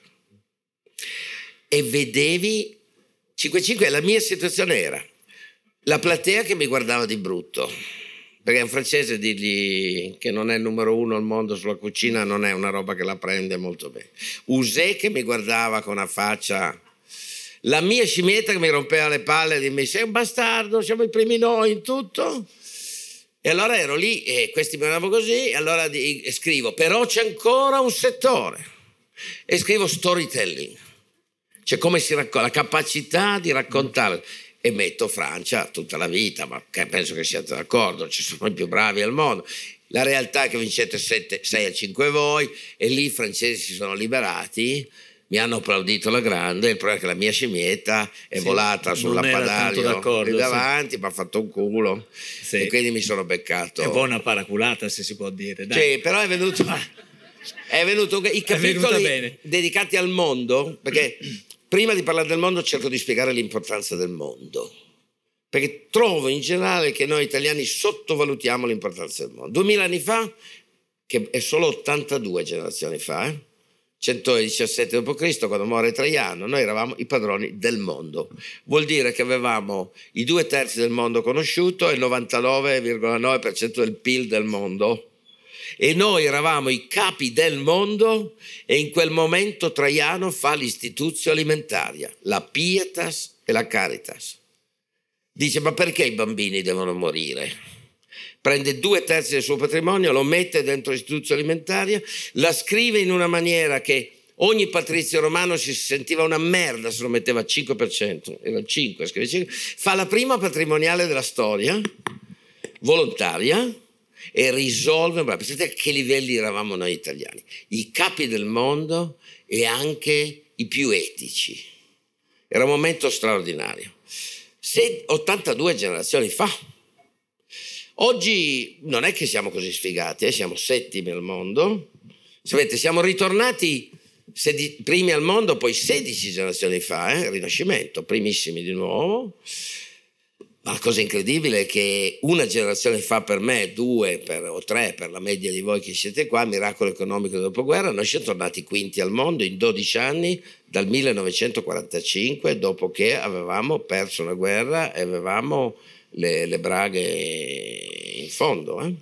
D: E vedevi cinque a cinque, la mia situazione era la platea che mi guardava di brutto, perché un francese dirgli che non è il numero uno al mondo sulla cucina non è una roba che la prende molto bene. Usè che mi guardava con una faccia, la mia scimmietta che mi rompeva le palle e mi sei un bastardo, siamo i primi noi in tutto. E allora ero lì e questi mi guardavano così, e allora di, e scrivo però c'è ancora un settore, e scrivo storytelling, cioè come si racconta, la capacità di raccontare. E metto Francia tutta la vita, ma penso che siate d'accordo, ci sono i più bravi al mondo. La realtà è che vincete sei a cinque voi, e lì i francesi si sono liberati, mi hanno applaudito la grande, il problema è che la mia scimmietta è sì, volata sul lampadario lì davanti, sì. Mi ha fatto un culo, sì. E quindi mi sono beccato.
C: È buona paraculata, se si può dire. Dai.
D: Sì, però è venuto, è venuto i capitoli dedicati al mondo, perché prima di parlare del mondo cerco di spiegare l'importanza del mondo, perché trovo in generale che noi italiani sottovalutiamo l'importanza del mondo. Duemila anni fa, che è solo ottantadue generazioni fa, eh? centodiciassette dopo Cristo, quando muore Traiano, noi eravamo i padroni del mondo. Vuol dire che avevamo i due terzi del mondo conosciuto e il novantanove virgola nove per cento del P I L del mondo. E noi eravamo i capi del mondo, e in quel momento Traiano fa l'istituzio alimentaria, la Pietas e la Caritas. Dice, ma perché i bambini devono morire? prende due terzi del suo patrimonio, lo mette dentro l'istituto alimentario, la scrive in una maniera che ogni patrizio romano si sentiva una merda se lo metteva al cinque per cento, era il cinque, scrive cinque, fa la prima patrimoniale della storia, volontaria, e risolve, pensate a che livelli eravamo noi italiani, i capi del mondo e anche i più etici. Era un momento straordinario. Se ottantadue generazioni fa. Oggi non è che siamo così sfigati, eh? Siamo settimi al mondo. Sapete, siamo ritornati sedi- primi al mondo, poi sedici generazioni fa, eh? Rinascimento, primissimi di nuovo. Ma la cosa incredibile è che una generazione fa per me, due per, o tre per la media di voi che siete qua, miracolo economico del dopoguerra, noi siamo tornati quinti al mondo in dodici anni dal millenovecentoquarantacinque, dopo che avevamo perso una guerra e avevamo le, le braghe in fondo. Eh?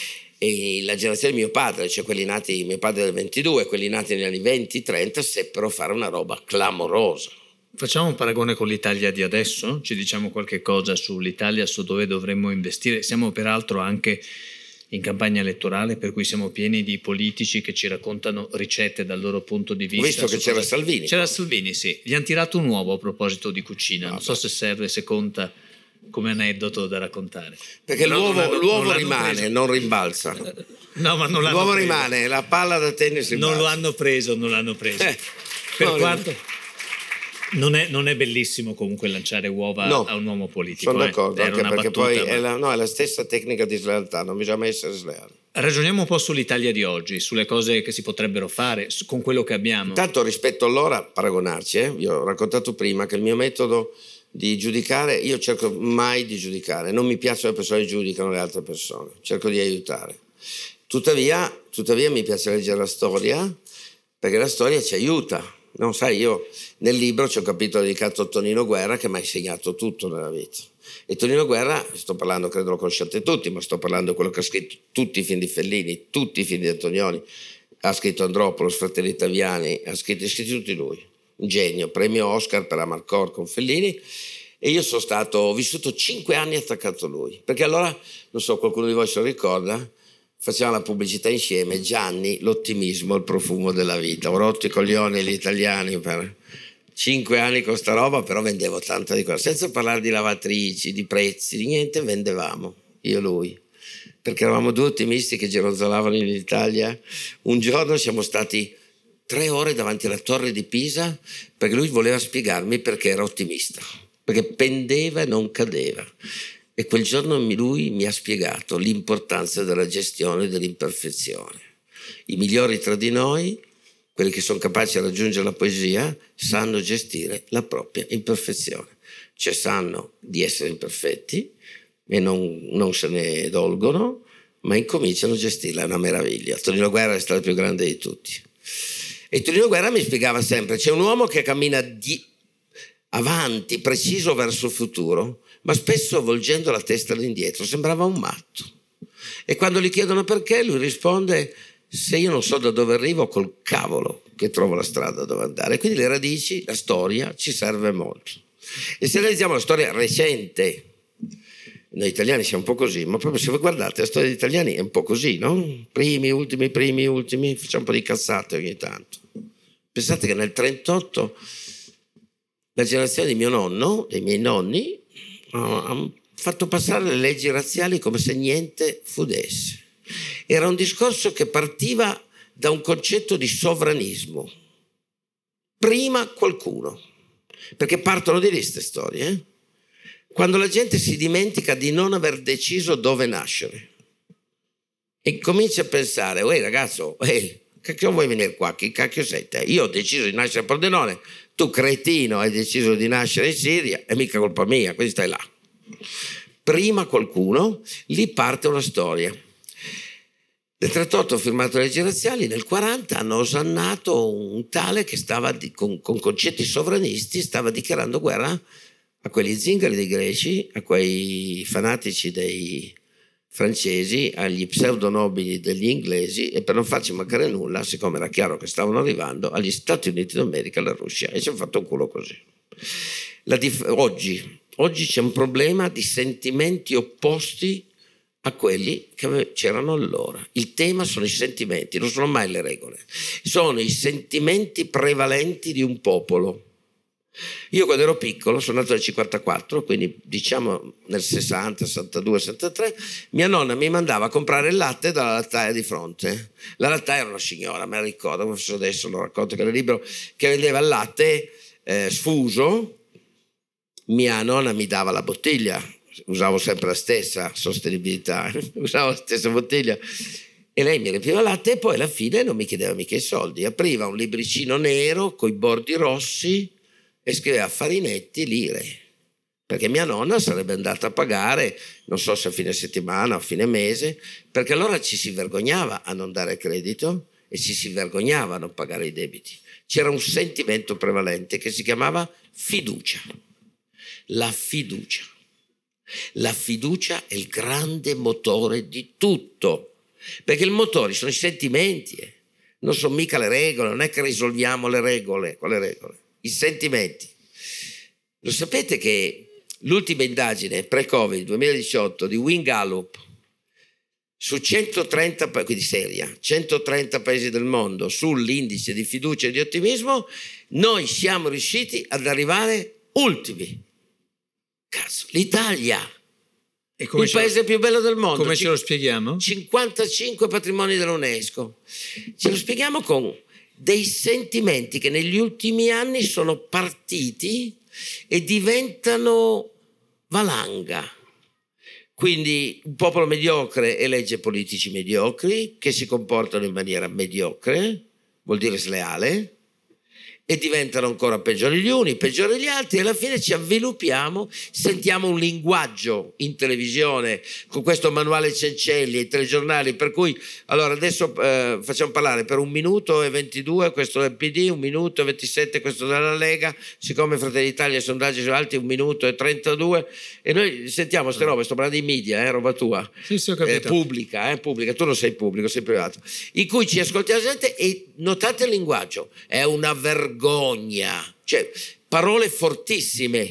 D: E la generazione di mio padre, cioè quelli nati, mio padre del ventidue, quelli nati negli anni venti trenta, seppero fare una roba clamorosa.
C: Facciamo un paragone con l'Italia di adesso? Ci diciamo qualche cosa sull'Italia, su dove dovremmo investire? Siamo peraltro anche in campagna elettorale, per cui siamo pieni di politici che ci raccontano ricette dal loro punto di vista.
D: Ho visto che c'era cosa... Salvini.
C: C'era Salvini, sì. Gli hanno tirato un uovo a proposito di cucina. Non so se serve, se conta come aneddoto da raccontare.
D: Perché
C: no,
D: l'uovo,
C: non
D: l'uovo
C: non
D: rimane,
C: preso.
D: non rimbalza.
C: No, ma non l'hanno
D: l'uovo
C: preso.
D: rimane, la palla da tennis rimbalza.
C: Non lo hanno preso, non l'hanno preso.
D: Eh,
C: per
D: no,
C: quanto... Non è, non è bellissimo comunque lanciare uova no, a un uomo politico.
D: Sono d'accordo,
C: eh.
D: anche perché
C: battuta,
D: poi
C: ma...
D: è, la, no, è la stessa tecnica di slealtà, non bisogna mai essere sleali.
C: Ragioniamo un po' sull'Italia di oggi, sulle cose che si potrebbero fare con quello che abbiamo.
D: Intanto rispetto allora, paragonarci, eh? Io ho raccontato prima che il mio metodo di giudicare, io cerco mai di giudicare, non mi piacciono le persone che giudicano le altre persone, cerco di aiutare. Tuttavia, tuttavia mi piace leggere la storia, perché la storia ci aiuta. Non sai, io nel libro c'è un capitolo dedicato a Tonino Guerra che mi ha insegnato tutto nella vita. E Tonino Guerra, sto parlando, credo lo conosciate tutti, ma sto parlando di quello che ha scritto tutti i film di Fellini, tutti i film di Antonioni, ha scritto Andropoulos, Fratelli Italiani, ha scritto, ha scritto tutti lui. Un genio, premio Oscar per Amarcord con Fellini. E io sono stato, ho vissuto cinque anni attaccato a lui. Perché allora, non so, qualcuno di voi se lo ricorda, facevamo la pubblicità insieme, Gianni, l'ottimismo, il profumo della vita. Ho rotto i coglioni gli italiani per cinque anni con sta roba, però vendevo tanta di cosa. Senza parlare di lavatrici, di prezzi, di niente, vendevamo, io e lui. Perché eravamo due ottimisti che gironzolavano in Italia. Un giorno siamo stati tre ore davanti alla torre di Pisa perché lui voleva spiegarmi perché era ottimista. Perché pendeva e non cadeva. E quel giorno lui mi ha spiegato l'importanza della gestione dell'imperfezione. I migliori tra di noi, quelli che sono capaci di raggiungere la poesia, sanno gestire la propria imperfezione. Cioè sanno di essere imperfetti e non, non se ne dolgono, ma incominciano a gestirla, è una meraviglia. Tonino Guerra è stato il più grande di tutti. E Tonino Guerra mi spiegava sempre, c'è un uomo che cammina di avanti, preciso verso il futuro, ma spesso volgendo la testa all'indietro, sembrava un matto. E quando gli chiedono perché, lui risponde: se io non so da dove arrivo, col cavolo che trovo la strada dove andare. Quindi le radici, la storia ci serve molto. E se analizziamo la storia recente, noi italiani siamo un po' così, ma proprio se voi guardate la storia degli italiani è un po' così, no? Primi, ultimi, primi, ultimi, facciamo un po' di cazzate ogni tanto. Pensate che nel trentotto la generazione di mio nonno, dei miei nonni, ha fatto passare le leggi razziali come se niente fudesse. Era un discorso che partiva da un concetto di sovranismo. Prima qualcuno, perché partono di lì queste storie, eh? Quando la gente si dimentica di non aver deciso dove nascere e comincia a pensare: uè ragazzo, uè, cacchio vuoi venire qua? Chi cacchio sei te? Io ho deciso di nascere a Pordenone, tu cretino hai deciso di nascere in Siria, è mica colpa mia, quindi stai là. Prima qualcuno, lì parte una storia. Nel trentotto ho firmato le leggi razziali, nel quaranta hanno osannato un tale che stava di, con, con concetti sovranisti stava dichiarando guerra a quegli zingari dei greci, a quei fanatici dei francesi, agli pseudonobili degli inglesi e, per non farci mancare nulla, siccome era chiaro che stavano arrivando, agli Stati Uniti d'America e alla Russia, e ci hanno fatto un culo così. La dif- oggi, oggi c'è un problema di sentimenti opposti a quelli che c'erano allora. Il tema sono i sentimenti, non sono mai le regole, sono i sentimenti prevalenti di un popolo. Io quando ero piccolo, sono nato nel cinquantaquattro, quindi diciamo nel sessanta, sessantadue, sessantatré, mia nonna mi mandava a comprare il latte dalla lattaia di fronte. La lattaia era una signora, me la ricordo, come fosse adesso, lo racconto che era libero, che vendeva il latte eh, sfuso. Mia nonna mi dava la bottiglia, usavo sempre la stessa sostenibilità, usavo la stessa bottiglia, e lei mi riempiva il latte e poi alla fine non mi chiedeva mica i soldi, apriva un libricino nero coi bordi rossi e scriveva Farinetti lire, perché mia nonna sarebbe andata a pagare, non so se a fine settimana o a fine mese, perché allora ci si vergognava a non dare credito e ci si vergognava a non pagare i debiti. C'era un sentimento prevalente che si chiamava fiducia. La fiducia. La fiducia è il grande motore di tutto, perché il motore sono i sentimenti, eh. Non sono mica le regole, non è che risolviamo le regole, quale regole? I sentimenti. Lo sapete che l'ultima indagine pre-Covid duemiladiciotto di Wing Gallup su centotrenta, quindi seria, centotrenta paesi del mondo sull'indice di fiducia e di ottimismo, noi siamo riusciti ad arrivare ultimi. Cazzo, l'Italia,
C: e come
D: il paese
C: lo,
D: più bello del mondo.
C: Come ce lo spieghiamo?
D: cinquantacinque patrimoni dell'UNESCO. Ce lo spieghiamo con dei sentimenti che negli ultimi anni sono partiti e diventano valanga. Quindi un popolo mediocre elegge politici mediocri che si comportano in maniera mediocre, vuol dire sleale, e diventano ancora peggiori gli uni, peggiori gli altri, e alla fine ci avviluppiamo, sentiamo un linguaggio in televisione con questo manuale Cencelli, i telegiornali, per cui allora adesso eh, facciamo parlare per un minuto e ventidue questo del P D, un minuto e ventisette questo della Lega, siccome Fratelli d'Italia i sondaggi sono alti un minuto e trentadue, e noi sentiamo queste robe, sto parlando di media, eh, roba tua,
C: sì, sì, ho capito.
D: Eh, pubblica, eh, pubblica, tu non sei pubblico, sei privato, in cui ci ascoltiamo la gente e notate il linguaggio, è una vergogna. Vergogna, cioè parole fortissime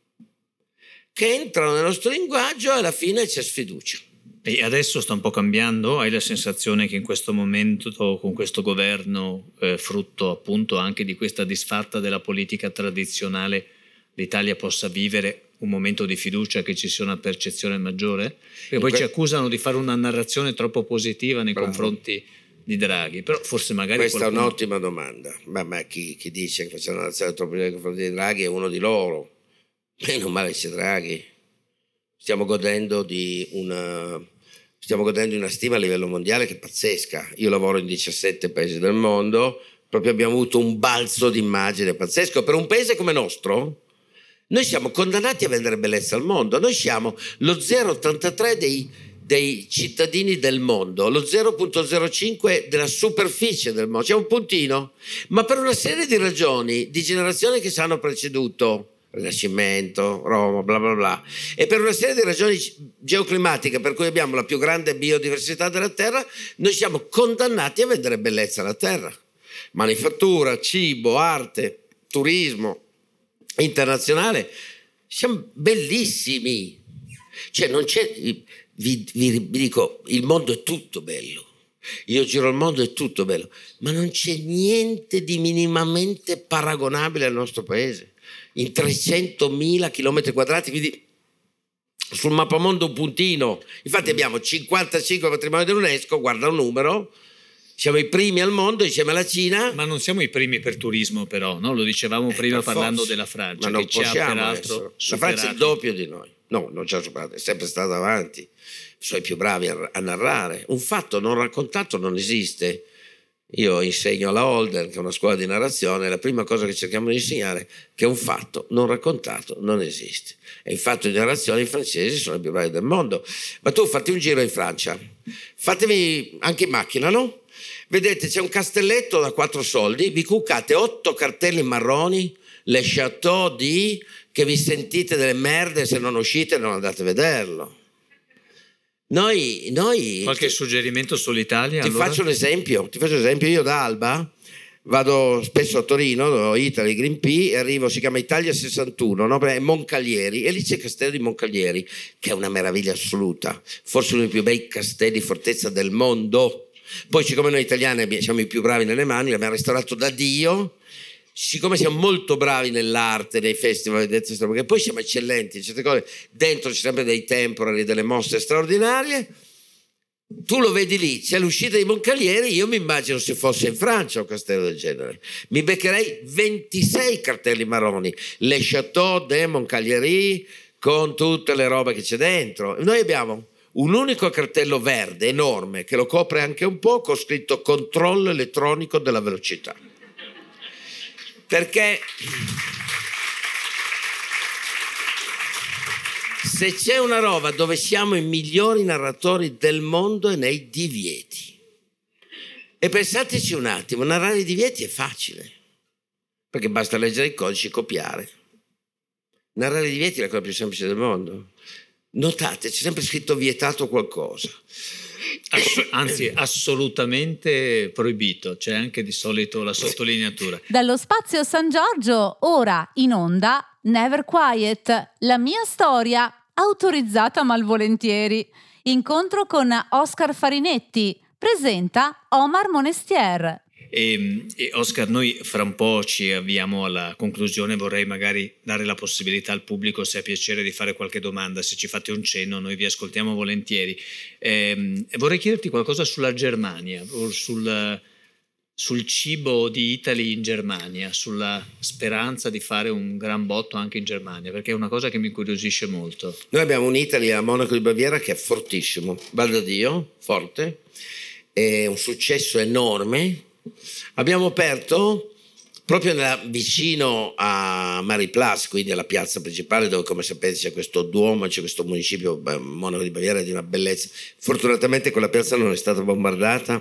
D: che entrano nel nostro linguaggio e alla fine c'è sfiducia.
C: E adesso sta un po' cambiando? Hai la sensazione che in questo momento, con questo governo, eh, frutto appunto anche di questa disfatta della politica tradizionale, l'Italia possa vivere un momento di fiducia, che ci sia una percezione maggiore? Perché poi que- ci accusano di fare una narrazione troppo positiva nei Bravo. confronti di Draghi, però forse magari
D: questa
C: qualcuno...
D: è un'ottima domanda, ma, ma chi, chi dice che facciamo una nazione troppo nei confronti di Draghi è uno di loro. Meno male c'è Draghi, stiamo godendo di una stiamo godendo di una stima a livello mondiale che è pazzesca. Io lavoro in diciassette paesi del mondo, proprio abbiamo avuto un balzo d'immagine pazzesco per un paese come nostro. Noi siamo condannati a vendere bellezza al mondo, noi siamo lo zero virgola ottantatré dei dei cittadini del mondo, lo zero virgola zero cinque della superficie del mondo, c'è un puntino, ma per una serie di ragioni di generazioni che ci hanno preceduto, Rinascimento, Roma, bla bla bla, e per una serie di ragioni geoclimatiche per cui abbiamo la più grande biodiversità della Terra, noi siamo condannati a vendere bellezza alla Terra, manifattura, cibo, arte, turismo internazionale, siamo bellissimi, cioè non c'è... Vi, vi, vi dico, il mondo è tutto bello, io giro il mondo, è tutto bello, ma non c'è niente di minimamente paragonabile al nostro paese. In trecentomila chilometri quadrati, quindi sul mappamondo un puntino, infatti abbiamo cinquantacinque patrimoni dell'UNESCO, guarda un numero, siamo i primi al mondo insieme alla Cina.
C: Ma non siamo i primi per turismo, però, no? Lo dicevamo eh, prima parlando forse. della Francia,
D: ma non
C: che
D: possiamo,
C: ci ha peraltro
D: la Francia è il doppio di noi. No, non ci ha superato, è sempre stata avanti, sono i più bravi a, a narrare. Un fatto non raccontato non esiste. Io insegno alla Holden, che è una scuola di narrazione, la prima cosa che cerchiamo di insegnare è che un fatto non raccontato non esiste. E il fatto di narrazione i francesi sono i più bravi del mondo. Ma tu fatti un giro in Francia, fatevi anche in macchina, no? Vedete, c'è un castelletto da quattro soldi, vi cuccate otto cartelli marroni, le chateau di... che vi sentite delle merde, se non uscite non andate a vederlo. Noi, noi
C: qualche suggerimento sull'Italia?
D: Ti
C: allora?
D: faccio un esempio, ti faccio un esempio, io da Alba vado spesso a Torino, Italy Green Pea, e arrivo, si chiama Italia sessantuno, no? È Moncaglieri, e lì c'è il castello di Moncaglieri, che è una meraviglia assoluta, forse uno dei più bei castelli fortezza del mondo. Poi, siccome noi italiani siamo i più bravi nelle mani, l'abbiamo restaurato da Dio, siccome siamo molto bravi nell'arte, nei festival, perché poi siamo eccellenti in certe cose, dentro c'è sempre dei temporary, delle mosse straordinarie. Tu lo vedi lì, c'è l'uscita di Moncaglieri, io mi immagino se fosse in Francia un castello del genere, mi beccherei ventisei cartelli marroni, Le Château de Moncaglieri, con tutte le robe che c'è dentro. Noi abbiamo un unico cartello verde enorme che lo copre anche un po', con scritto controllo elettronico della velocità, perché se c'è una roba dove siamo i migliori narratori del mondo è nei divieti. E pensateci un attimo, narrare i divieti è facile, perché basta leggere i codici e copiare. Narrare i divieti è la cosa più semplice del mondo. Notate, c'è sempre scritto vietato qualcosa.
C: Ass- anzi, assolutamente proibito, c'è anche di solito la sottolineatura.
A: Dallo Spazio San Giorgio, ora in onda Never Quiet, la mia storia, autorizzata malvolentieri. Incontro con Oscar Farinetti, presenta Omar Monestier.
C: E, e Oscar, noi fra un po' ci avviamo alla conclusione, vorrei magari dare la possibilità al pubblico, se ha piacere, di fare qualche domanda. Se ci fate un cenno noi vi ascoltiamo volentieri. E, e vorrei chiederti qualcosa sulla Germania, o sul, sul cibo di Italy in Germania, sulla speranza di fare un gran botto anche in Germania, perché è una cosa che mi incuriosisce molto.
D: Noi abbiamo un Italy a Monaco di Baviera che è fortissimo, vada Dio, forte, è un successo enorme. Abbiamo aperto proprio nella, vicino a Mariplatz, quindi alla piazza principale, dove, come sapete, c'è questo Duomo, c'è questo municipio, beh, Monaco di Baviera, di una bellezza. Fortunatamente quella piazza non è stata bombardata,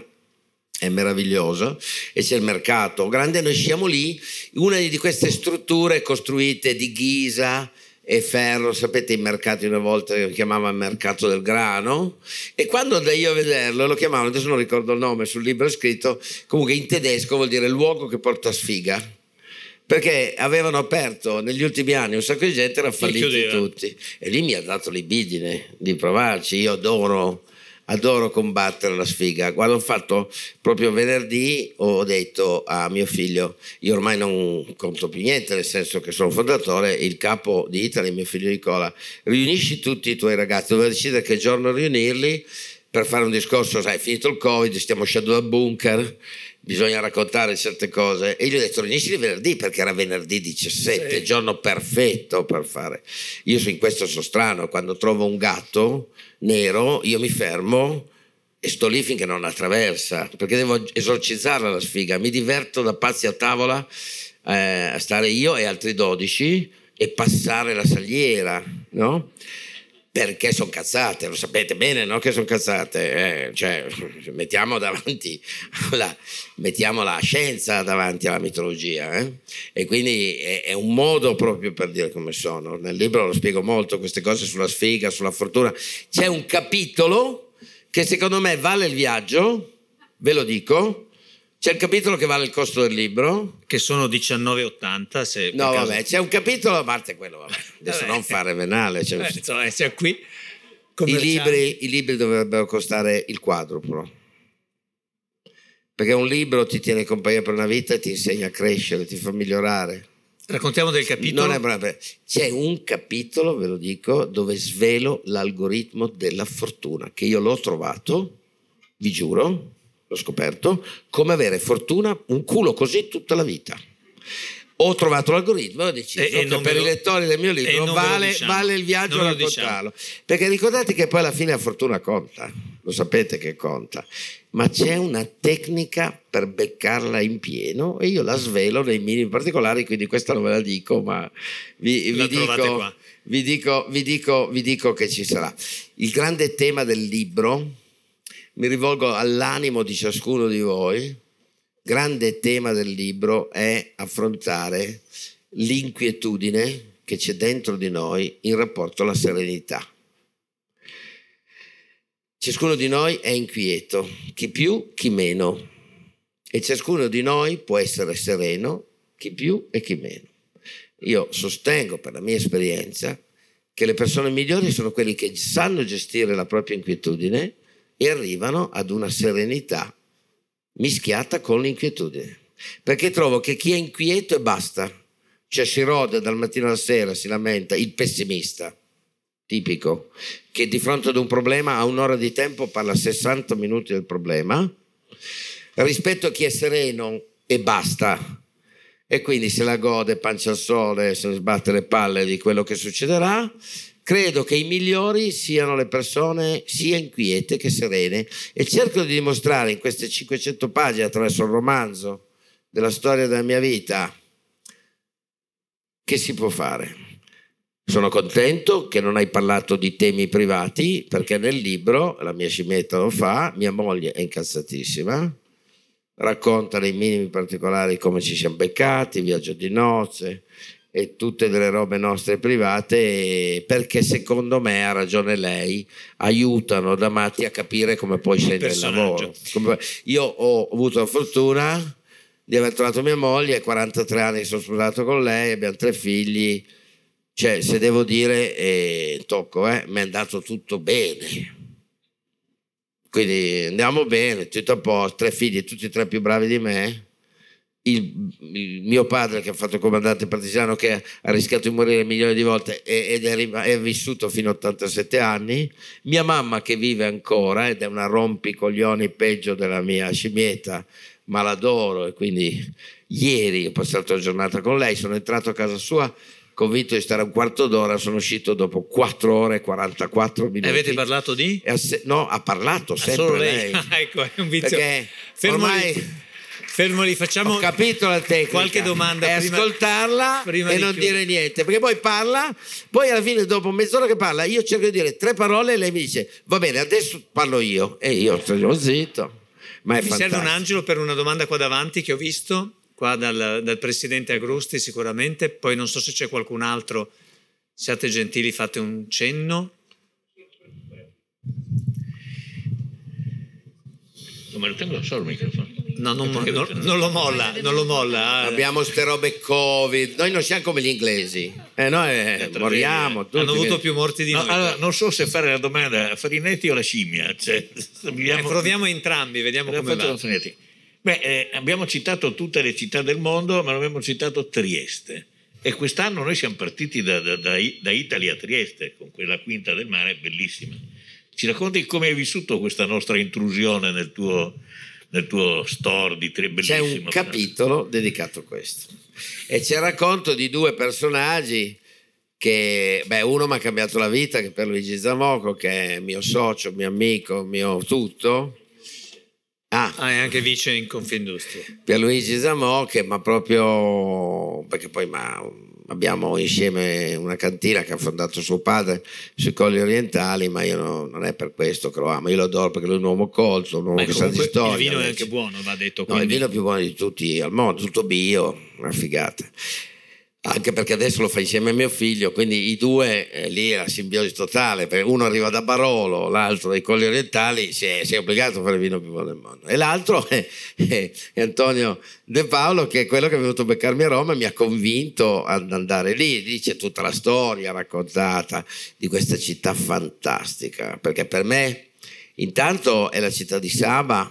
D: è meraviglioso, e c'è il mercato grande. Noi siamo lì, una di queste strutture costruite di ghisa e ferro, sapete, i mercati una volta lo chiamavano mercato del grano, e quando andai io a vederlo lo chiamavano, adesso non ricordo il nome, sul libro è scritto, comunque in tedesco vuol dire luogo che porta sfiga, perché avevano aperto negli ultimi anni un sacco di gente, erano falliti tutti, e lì mi ha dato libidine di provarci. Io adoro adoro combattere la sfiga. Quando ho fatto proprio venerdì, ho detto a mio figlio, io ormai non conto più niente, nel senso che sono fondatore, il capo di Italy, mio figlio Nicola, riunisci tutti i tuoi ragazzi, doveva decidere che giorno riunirli per fare un discorso, sai, finito il Covid, stiamo uscendo dal bunker, bisogna raccontare certe cose, e gli ho detto riunisci venerdì, perché era venerdì diciassette, sì, giorno perfetto per fare. Io in questo sono strano, quando trovo un gatto nero io mi fermo e sto lì finché non attraversa, perché devo esorcizzarla la sfiga. Mi diverto da pazzi a tavola eh, a stare io e altri dodici e passare la saliera, no? Perché sono cazzate, lo sapete bene, no? Che sono cazzate, eh, cioè mettiamo davanti la, mettiamo la scienza davanti alla mitologia, eh? E quindi è, è un modo proprio per dire come sono. Nel libro lo spiego molto, queste cose sulla sfiga, sulla fortuna. C'è un capitolo che secondo me vale il viaggio, ve lo dico. C'è il capitolo che vale il costo del libro,
C: che sono diciannove e ottanta. Se
D: no, caso... vabbè, c'è un capitolo, a parte quello, vabbè. Adesso vabbè. Non fare venale. Cioè...
C: Eh, insomma, siamo qui.
D: I libri, I libri dovrebbero costare il quadruplo, perché un libro ti tiene compagnia per una vita e ti insegna a crescere, ti fa migliorare.
C: Raccontiamo del capitolo.
D: Non è bravo. C'è un capitolo, ve lo dico, dove svelo l'algoritmo della fortuna, che io l'ho trovato, vi giuro, l'ho scoperto, come avere fortuna, un culo così tutta la vita. Ho trovato l'algoritmo e ho deciso e, che e per lo, i lettori del mio libro vale, diciamo. vale il viaggio a raccontarlo. Diciamo. Perché ricordate che poi alla fine la fortuna conta, lo sapete che conta, ma c'è una tecnica per beccarla in pieno e io la svelo nei minimi particolari, quindi questa non ve la dico, ma vi, vi, dico, vi, dico, vi, dico, vi dico che ci sarà. Il grande tema del libro, mi rivolgo all'animo di ciascuno di voi, grande tema del libro è affrontare l'inquietudine che c'è dentro di noi in rapporto alla serenità. Ciascuno di noi è inquieto, chi più, chi meno. e ciascuno di noi può essere sereno, chi più e chi meno. Io sostengo per la mia esperienza che le persone migliori sono quelli che sanno gestire la propria inquietudine e arrivano ad una serenità mischiata con l'inquietudine. Perché trovo che chi è inquieto e basta, cioè si rode dal mattino alla sera, si lamenta, il pessimista tipico, che di fronte ad un problema a un'ora di tempo parla sessanta minuti del problema, rispetto a chi è sereno e basta, e quindi se la gode, pancia al sole, se ne sbatte le palle di quello che succederà. Credo che i migliori siano le persone sia inquiete che serene, e cerco di dimostrare in queste cinquecento pagine, attraverso il romanzo della storia della mia vita, che si può fare. Sono contento che non hai parlato di temi privati, perché nel libro, la mia scimmietta lo fa, mia moglie è incazzatissima, racconta nei minimi particolari come ci siamo beccati, viaggio di nozze e tutte delle robe nostre private, perché secondo me, ha ragione lei, aiutano da matti a capire come poi scende il lavoro. Come... Io ho avuto la fortuna di aver trovato mia moglie, quarantatré anni sono sposato con lei, abbiamo tre figli, cioè se devo dire, eh, tocco, eh, mi è andato tutto bene. Quindi andiamo bene, tutto a posto, tre figli, tutti e tre più bravi di me. Il, il mio padre, che ha fatto il comandante partigiano, che ha rischiato di morire milioni di volte ed è, è vissuto fino a ottantasette anni. Mia mamma, che vive ancora ed è una rompicoglioni peggio della mia scimmietta, ma l'adoro, e quindi ieri ho passato la giornata con lei. Sono entrato a casa sua convinto di stare un quarto d'ora, sono uscito dopo quattro ore e quarantaquattro minuti.
C: E avete parlato di?
D: No, ha parlato
C: ah,
D: sempre
C: solo lei.
D: lei.
C: Ah, ecco, è un vizio.
D: Perché
C: fermo
D: ormai
C: lì, fermo lì, facciamo
D: ho capito la tecnica.
C: Qualche domanda
D: è
C: prima,
D: ascoltarla
C: prima
D: e
C: di
D: non
C: chiudere.
D: dire niente, perché poi parla, poi alla fine dopo mezz'ora che parla io cerco di dire tre parole e lei mi dice va bene, adesso parlo io, e io sto zitto. Ma è
C: mi
D: fantastico.
C: serve un angelo per una domanda qua davanti che ho visto qua dal, dal presidente Agrusti sicuramente, poi non so se c'è qualcun altro. Siate gentili, fate un cenno.
E: Non me lo tengo da solo il microfono.
C: No, non, non, non lo molla, non lo molla.
D: Abbiamo ste robe Covid, noi non siamo come gli inglesi, eh, noi eh, moriamo. Tutti.
C: Hanno avuto più morti di
E: no,
C: noi.
E: Allora, non so se fare la domanda a Farinetti o alla scimmia. Cioè, abbiamo...
C: eh, proviamo entrambi, vediamo come va.
E: Beh, eh, abbiamo citato tutte le città del mondo, ma non abbiamo citato Trieste. E quest'anno noi siamo partiti da, da, da, da Italia a Trieste, con quella quinta del mare bellissima. Ci racconti come hai vissuto questa nostra intrusione nel tuo, nel tuo store di Trieste?
D: C'è un capitolo dedicato a questo. E c'è il racconto di due personaggi che, beh, uno mi ha cambiato la vita, che è Pierluigi Zamocco, che è mio socio, mio amico, mio tutto. Ah,
C: ah, è anche vice in Confindustria.
D: Pierluigi Zamocco, ma proprio perché poi ma, abbiamo insieme una cantina che ha fondato suo padre sui Colli Orientali, ma io no, non è per questo che lo amo, io lo adoro perché lui è un uomo colto, un uomo che sa di storia.
C: Il vino
D: invece.
C: è anche buono, va detto.
D: No, il vino più buono di tutti al mondo, tutto bio, una figata. Anche perché adesso lo fa insieme a mio figlio, quindi i due, eh, lì è la simbiosi totale, perché uno arriva da Barolo, l'altro dai Colli Orientali, si è, si è obbligato a fare il vino più buono del mondo. E l'altro è, è, è Antonio De Paolo, che è quello che è venuto a beccarmi a Roma e mi ha convinto ad andare lì. Lì c'è tutta la storia raccontata di questa città fantastica, perché per me intanto è la città di Saba,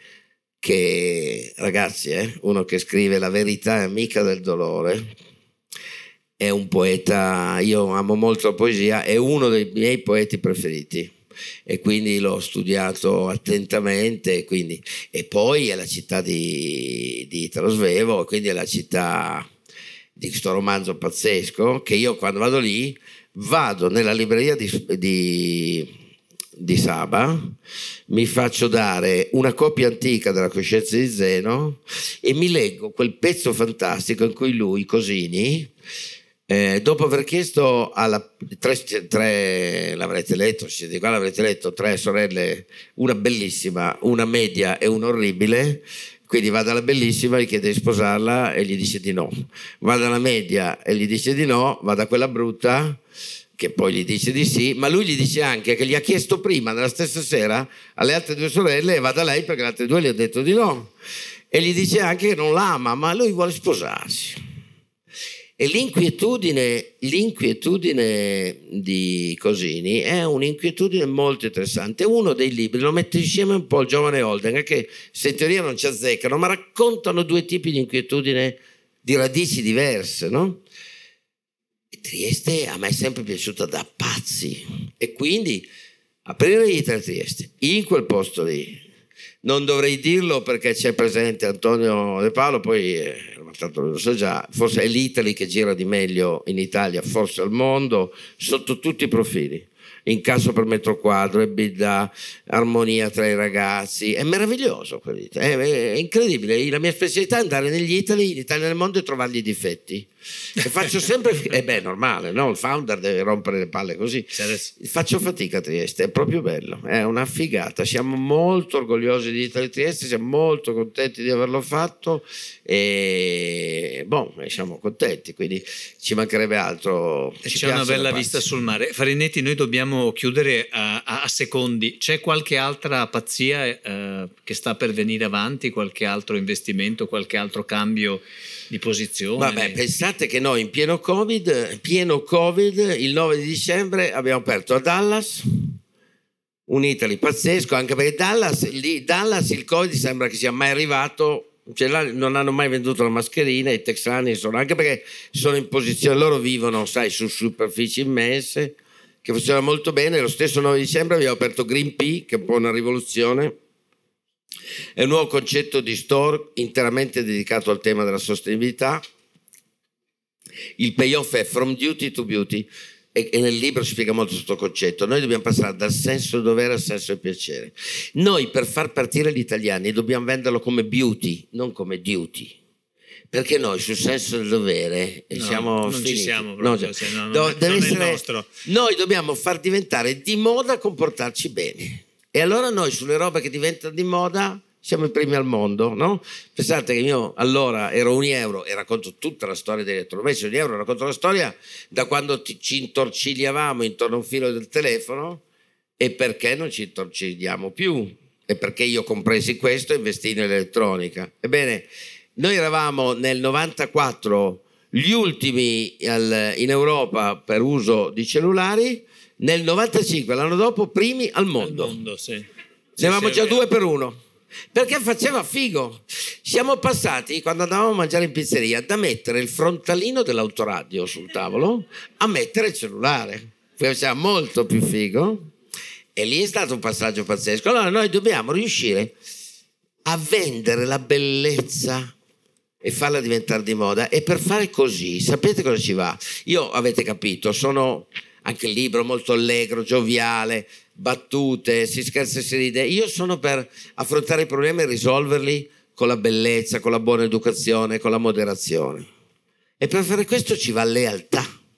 D: che ragazzi, eh, uno che scrive La verità è amica del dolore, è un poeta, io amo molto la poesia, è uno dei miei poeti preferiti e quindi l'ho studiato attentamente, quindi, e poi è la città di, di Italo Svevo, quindi è la città di questo romanzo pazzesco, che io quando vado lì vado nella libreria di, di, di Saba, mi faccio dare una copia antica della Coscienza di Zeno e mi leggo quel pezzo fantastico in cui lui, Cosini, Eh, dopo aver chiesto alla tre, tre l'avrete letto, siete qua, l'avrete letto, tre sorelle, una bellissima, una media e una orribile, quindi va dalla bellissima, gli chiede di sposarla e gli dice di no, va dalla media e gli dice di no, va da quella brutta che poi gli dice di sì, ma lui gli dice anche che gli ha chiesto prima nella stessa sera alle altre due sorelle e va da lei perché le altre due gli ha detto di no. e gli dice anche che non l'ama, ma lui vuole sposarsi. E l'inquietudine, l'inquietudine di Cosini è un'inquietudine molto interessante. Uno dei libri lo mette insieme un po' il giovane Holden, che se in teoria non ci azzeccano, ma raccontano due tipi di inquietudine di radici diverse, no? E Trieste a me è sempre piaciuta da pazzi, e quindi aprire gli Italia Trieste in quel posto lì, non dovrei dirlo perché c'è presente Antonio De Paolo, poi eh, tanto lo so già, forse è l'Italy che gira di meglio in Italia, forse al mondo, sotto tutti i profili. Incasso per metro quadro, EBITDA, armonia tra i ragazzi, è meraviglioso, è, è incredibile. La mia specialità è andare negli Italy, in Italia e nel mondo, e trovargli i difetti. E faccio sempre, e eh beh, è normale, no? Il founder deve rompere le palle così. Faccio fatica a Trieste, è proprio bello, è una figata. Siamo molto orgogliosi di Italy Trieste, siamo molto contenti di averlo fatto e boh, siamo contenti, quindi ci mancherebbe altro.
C: Ci c'è una bella vista sul mare. Farinetti, noi dobbiamo chiudere a, a, a secondi. C'è qualche altra pazzia eh, che sta per venire avanti, qualche altro investimento, qualche altro cambio di posizione?
D: Vabbè, pensate che noi in pieno Covid, pieno Covid, il nove di dicembre abbiamo aperto a Dallas un Italy pazzesco, anche perché Dallas, lì, Dallas il Covid sembra che sia mai arrivato. Cioè, là non hanno mai venduto la mascherina, i texani sono, anche perché sono in posizione, loro vivono, sai, su superfici immense, che funziona molto bene. Lo stesso nove dicembre abbiamo aperto Green Pea, che è un po' una rivoluzione, è un nuovo concetto di store interamente dedicato al tema della sostenibilità. Il payoff è from duty to beauty, e, e nel libro si spiega molto questo concetto. Noi dobbiamo passare dal senso del dovere al senso del piacere. Noi, per far partire gli italiani, dobbiamo venderlo come beauty, non come duty, perché noi sul senso del dovere
C: no,
D: siamo
C: non
D: finiti.
C: ci siamo proprio,
D: no,
C: cioè, no,
D: do,
C: non,
D: deve
C: non
D: essere,
C: è il nostro.
D: Noi dobbiamo far diventare di moda comportarci bene, e allora noi sulle robe che diventano di moda siamo i primi al mondo, no? Pensate che io allora ero un euro e racconto tutta la storia degli elettrodomestici. Un euro racconto la storia da quando ti, ci intorcigliavamo intorno a un filo del telefono, e perché non ci intorcigliamo più, e perché io compresi questo e investii nell'elettronica. Ebbene, noi eravamo nel novantaquattro gli ultimi al, in Europa per uso di cellulari, nel novantacinque, l'anno dopo, primi al mondo.
C: Al mondo, sì.
D: Ne avevamo già due per uno, perché faceva figo. Siamo passati, quando andavamo a mangiare in pizzeria, da mettere il frontalino dell'autoradio sul tavolo a mettere il cellulare, faceva molto più figo, e lì è stato un passaggio pazzesco. Allora noi dobbiamo riuscire a vendere la bellezza e farla diventare di moda, e per fare così sapete cosa ci va? Io, avete capito, sono anche il libro molto allegro, gioviale, battute, si scherza e si ride. Io sono per affrontare i problemi e risolverli con la bellezza, con la buona educazione, con la moderazione, e per fare questo ci va lealtà.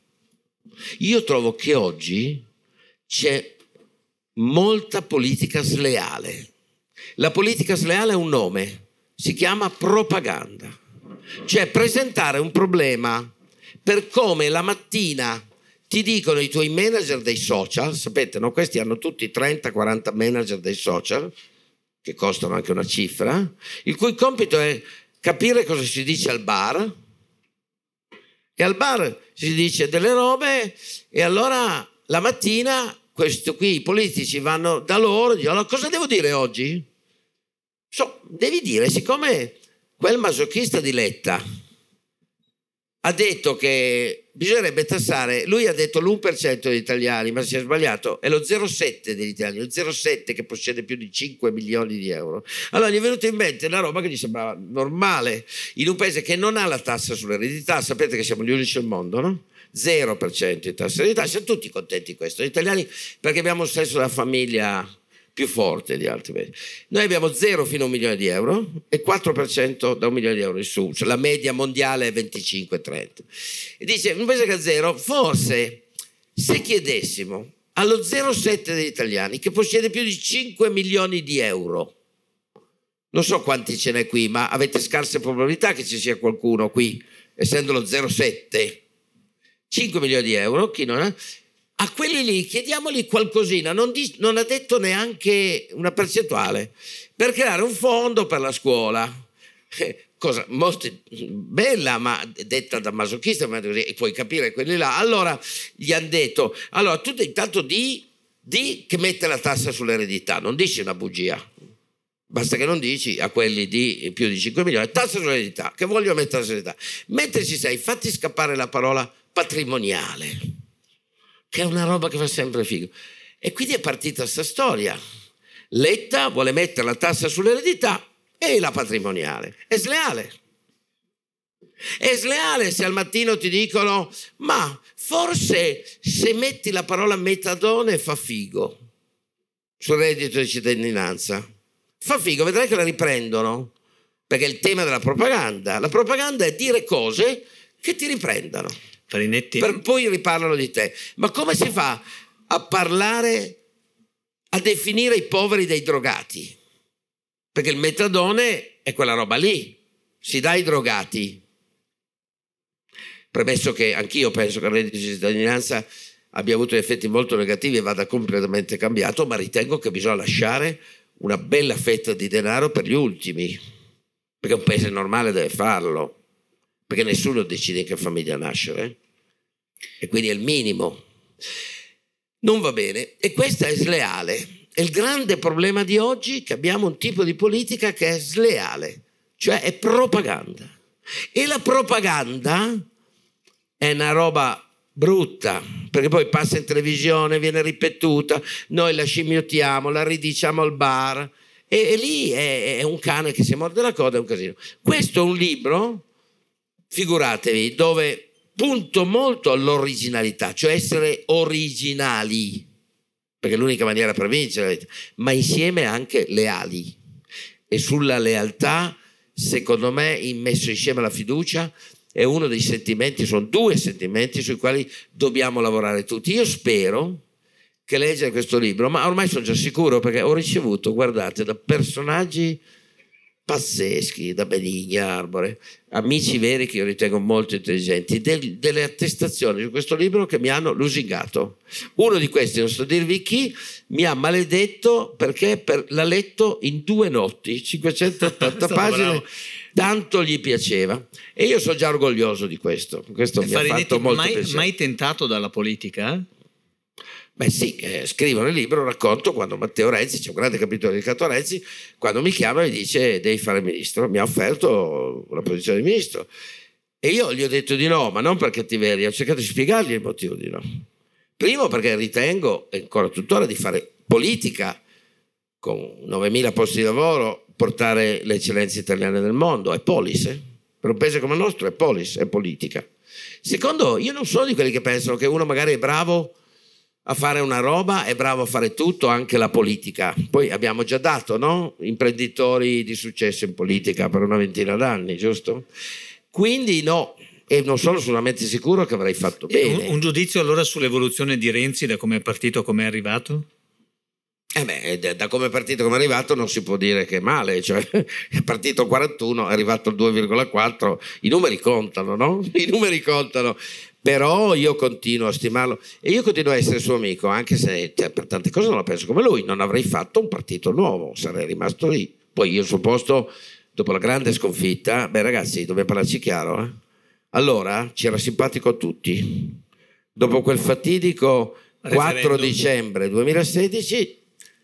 D: Io trovo che oggi c'è molta politica sleale. La politica sleale è un nome, si chiama propaganda, cioè presentare un problema per come la mattina ti dicono i tuoi manager dei social. Sapete, no? Questi hanno tutti trenta quaranta manager dei social, che costano anche una cifra, il cui compito è capire cosa si dice al bar, e al bar si dice delle robe, e allora la mattina questo qui, i politici vanno da loro e dicono: cosa devo dire oggi? So, devi dire, siccome quel masochista di Letta ha detto che bisognerebbe tassare, lui ha detto l'uno per cento degli italiani, ma si è sbagliato, è lo zero virgola sette degli italiani, lo zero virgola sette che possiede più di cinque milioni di euro. Allora gli è venuto in mente una roba che gli sembrava normale in un paese che non ha la tassa sull'eredità. Sapete che siamo gli unici al mondo, no? zero per cento di tassa sull'eredità, siamo tutti contenti di questo, gli italiani, perché abbiamo un senso della famiglia più forte di altri paesi. Noi abbiamo zero fino a un milione di euro e quattro per cento da un milione di euro in su, cioè la media mondiale è venticinque trenta. E dice, un paese che ha zero, forse se chiedessimo allo zero virgola sette degli italiani, che possiede più di cinque milioni di euro, non so quanti ce n'è qui, ma avete scarse probabilità che ci sia qualcuno qui, essendo lo zero virgola sette, cinque milioni di euro, chi non ha? A quelli lì chiediamoli qualcosina, non, di, non ha detto neanche una percentuale, per creare un fondo per la scuola. cosa molto bella, ma detta da masochista, ma così, e puoi capire quelli là. Allora gli hanno detto, allora tu intanto di, di che mette la tassa sull'eredità, non dici una bugia, basta che non dici a quelli di più di cinque milioni, tassa sull'eredità, che voglio mettere sull'eredità. Mentre ci sei, fatti scappare la parola patrimoniale, che è una roba che fa sempre figo. E quindi è partita questa storia. Letta vuole mettere la tassa sull'eredità e la patrimoniale. È sleale. È sleale se al mattino ti dicono ma forse se metti la parola metadone fa figo sul reddito di cittadinanza. Fa figo, vedrai che la riprendono, perché è il tema della propaganda. La propaganda è dire cose che ti riprendano.
C: Farinetti.
D: Per poi riparlano di te. Ma come si fa a parlare, a definire i poveri dei drogati? Perché il metadone è quella roba lì, si dà ai drogati. Premesso che anch'io penso che il reddito di cittadinanza abbia avuto effetti molto negativi e vada completamente cambiato, ma ritengo che bisogna lasciare una bella fetta di denaro per gli ultimi, perché un paese normale deve farlo, perché nessuno decide in che famiglia nascere, e quindi è il minimo. Non va bene, e questa è sleale. È il grande problema di oggi, che abbiamo un tipo di politica che è sleale, cioè è propaganda. E la propaganda è una roba brutta, perché poi passa in televisione, viene ripetuta, noi la scimmiotiamo, la ridiciamo al bar, e, e lì è, è un cane che si morde la coda, è un casino. Questo è un libro, figuratevi, dove punto molto all'originalità, cioè essere originali, perché è l'unica maniera per vincere, ma insieme anche leali. E sulla lealtà, secondo me, messo insieme alla fiducia, è uno dei sentimenti, sono due sentimenti sui quali dobbiamo lavorare tutti. Io spero che leggere questo libro, ma ormai sono già sicuro, perché ho ricevuto, guardate, da personaggi pazzeschi, da Benigni, Arbore, amici veri che io ritengo molto intelligenti, del, delle attestazioni su questo libro che mi hanno lusingato. Uno di questi, non so dirvi chi, mi ha maledetto perché per, l'ha letto in due notti, cinquecentottanta pagine, bravo. Tanto gli piaceva, e io sono già orgoglioso di questo. Questo mi ha fatto molto
C: mai,
D: piacere.
C: Mai tentato dalla politica?
D: Beh sì, eh, scrivo nel libro, racconto quando Matteo Renzi, c'è un grande capitolo dedicato a Renzi, quando mi chiama e dice devi fare ministro, mi ha offerto la posizione di ministro e io gli ho detto di no, ma non per cattiveria, ho cercato di spiegargli il motivo di no. Primo perché ritengo, e ancora tuttora, di fare politica con novemila posti di lavoro, portare le eccellenze italiane nel mondo, è polis, eh? Per un paese come il nostro è polis, è politica. Secondo, io non sono di quelli che pensano che uno magari è bravo a fare una roba, è bravo a fare tutto, anche la politica. Poi abbiamo già dato, no? Imprenditori di successo in politica per una ventina d'anni, giusto? Quindi no, e non sono assolutamente sicuro che avrei fatto bene.
C: Un, un giudizio allora sull'evoluzione di Renzi da come è partito a come è arrivato?
D: Eh beh, da, da come è partito come è arrivato non si può dire che è male, cioè è partito al quarantuno, è arrivato al due virgola quattro, i numeri contano, no? I numeri contano. Però io continuo a stimarlo e io continuo a essere suo amico, anche se cioè, per tante cose non la penso come lui, non avrei fatto un partito nuovo, sarei rimasto lì. Poi io al suo posto, dopo la grande sconfitta, beh ragazzi, dobbiamo parlarci chiaro, eh? Allora c'era simpatico a tutti. Dopo quel fatidico quattro dicembre duemilasedici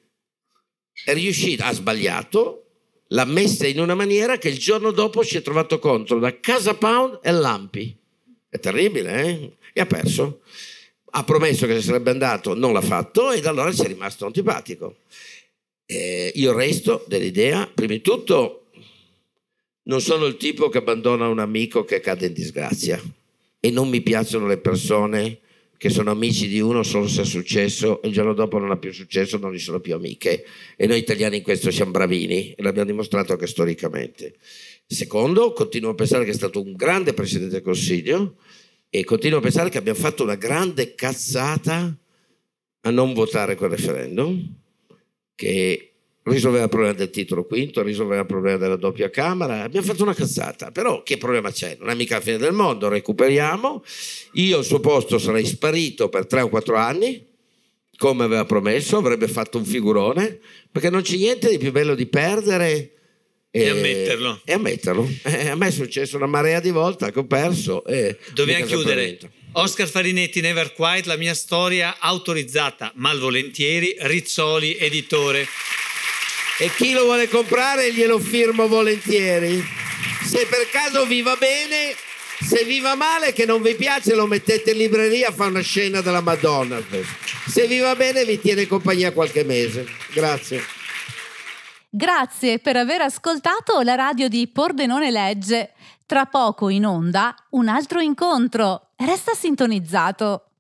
D: è riuscito, ha sbagliato, l'ha messa in una maniera che il giorno dopo si è trovato contro da Casa Pound e Lampi. È terribile, eh? E ha perso. Ha promesso che se sarebbe andato, non l'ha fatto, ed allora ci è rimasto antipatico. Eh, io resto dell'idea, prima di tutto, non sono il tipo che abbandona un amico che cade in disgrazia, e non mi piacciono le persone che sono amici di uno solo se è successo e il giorno dopo non ha più successo, non gli sono più amiche. E noi italiani in questo siamo bravini e l'abbiamo dimostrato anche storicamente. Secondo, continuo a pensare che è stato un grande Presidente del Consiglio e continuo a pensare che abbiamo fatto una grande cazzata a non votare quel referendum, che risolveva il problema del titolo quinto, risolveva il problema della doppia Camera. Abbiamo fatto una cazzata, però che problema c'è? Non è mica la fine del mondo, recuperiamo. Io al suo posto sarei sparito per tre o quattro anni, come aveva promesso, avrebbe fatto un figurone, perché non c'è niente di più bello di perdere
C: E ammetterlo.
D: E ammetterlo. Eh, a me è successo una marea di volte che ho perso. E
C: Dobbiamo chiudere. Oscar Farinetti, Never Quiet, la mia storia, autorizzata malvolentieri, Rizzoli, editore.
D: E chi lo vuole comprare glielo firmo volentieri. Se per caso vi va bene, se vi va male, che non vi piace, lo mettete in libreria, fa una scena della Madonna. Se vi va bene vi tiene compagnia qualche mese. Grazie.
A: Grazie per aver ascoltato la radio di Pordenone Legge. Tra poco in onda un altro incontro. Resta sintonizzato.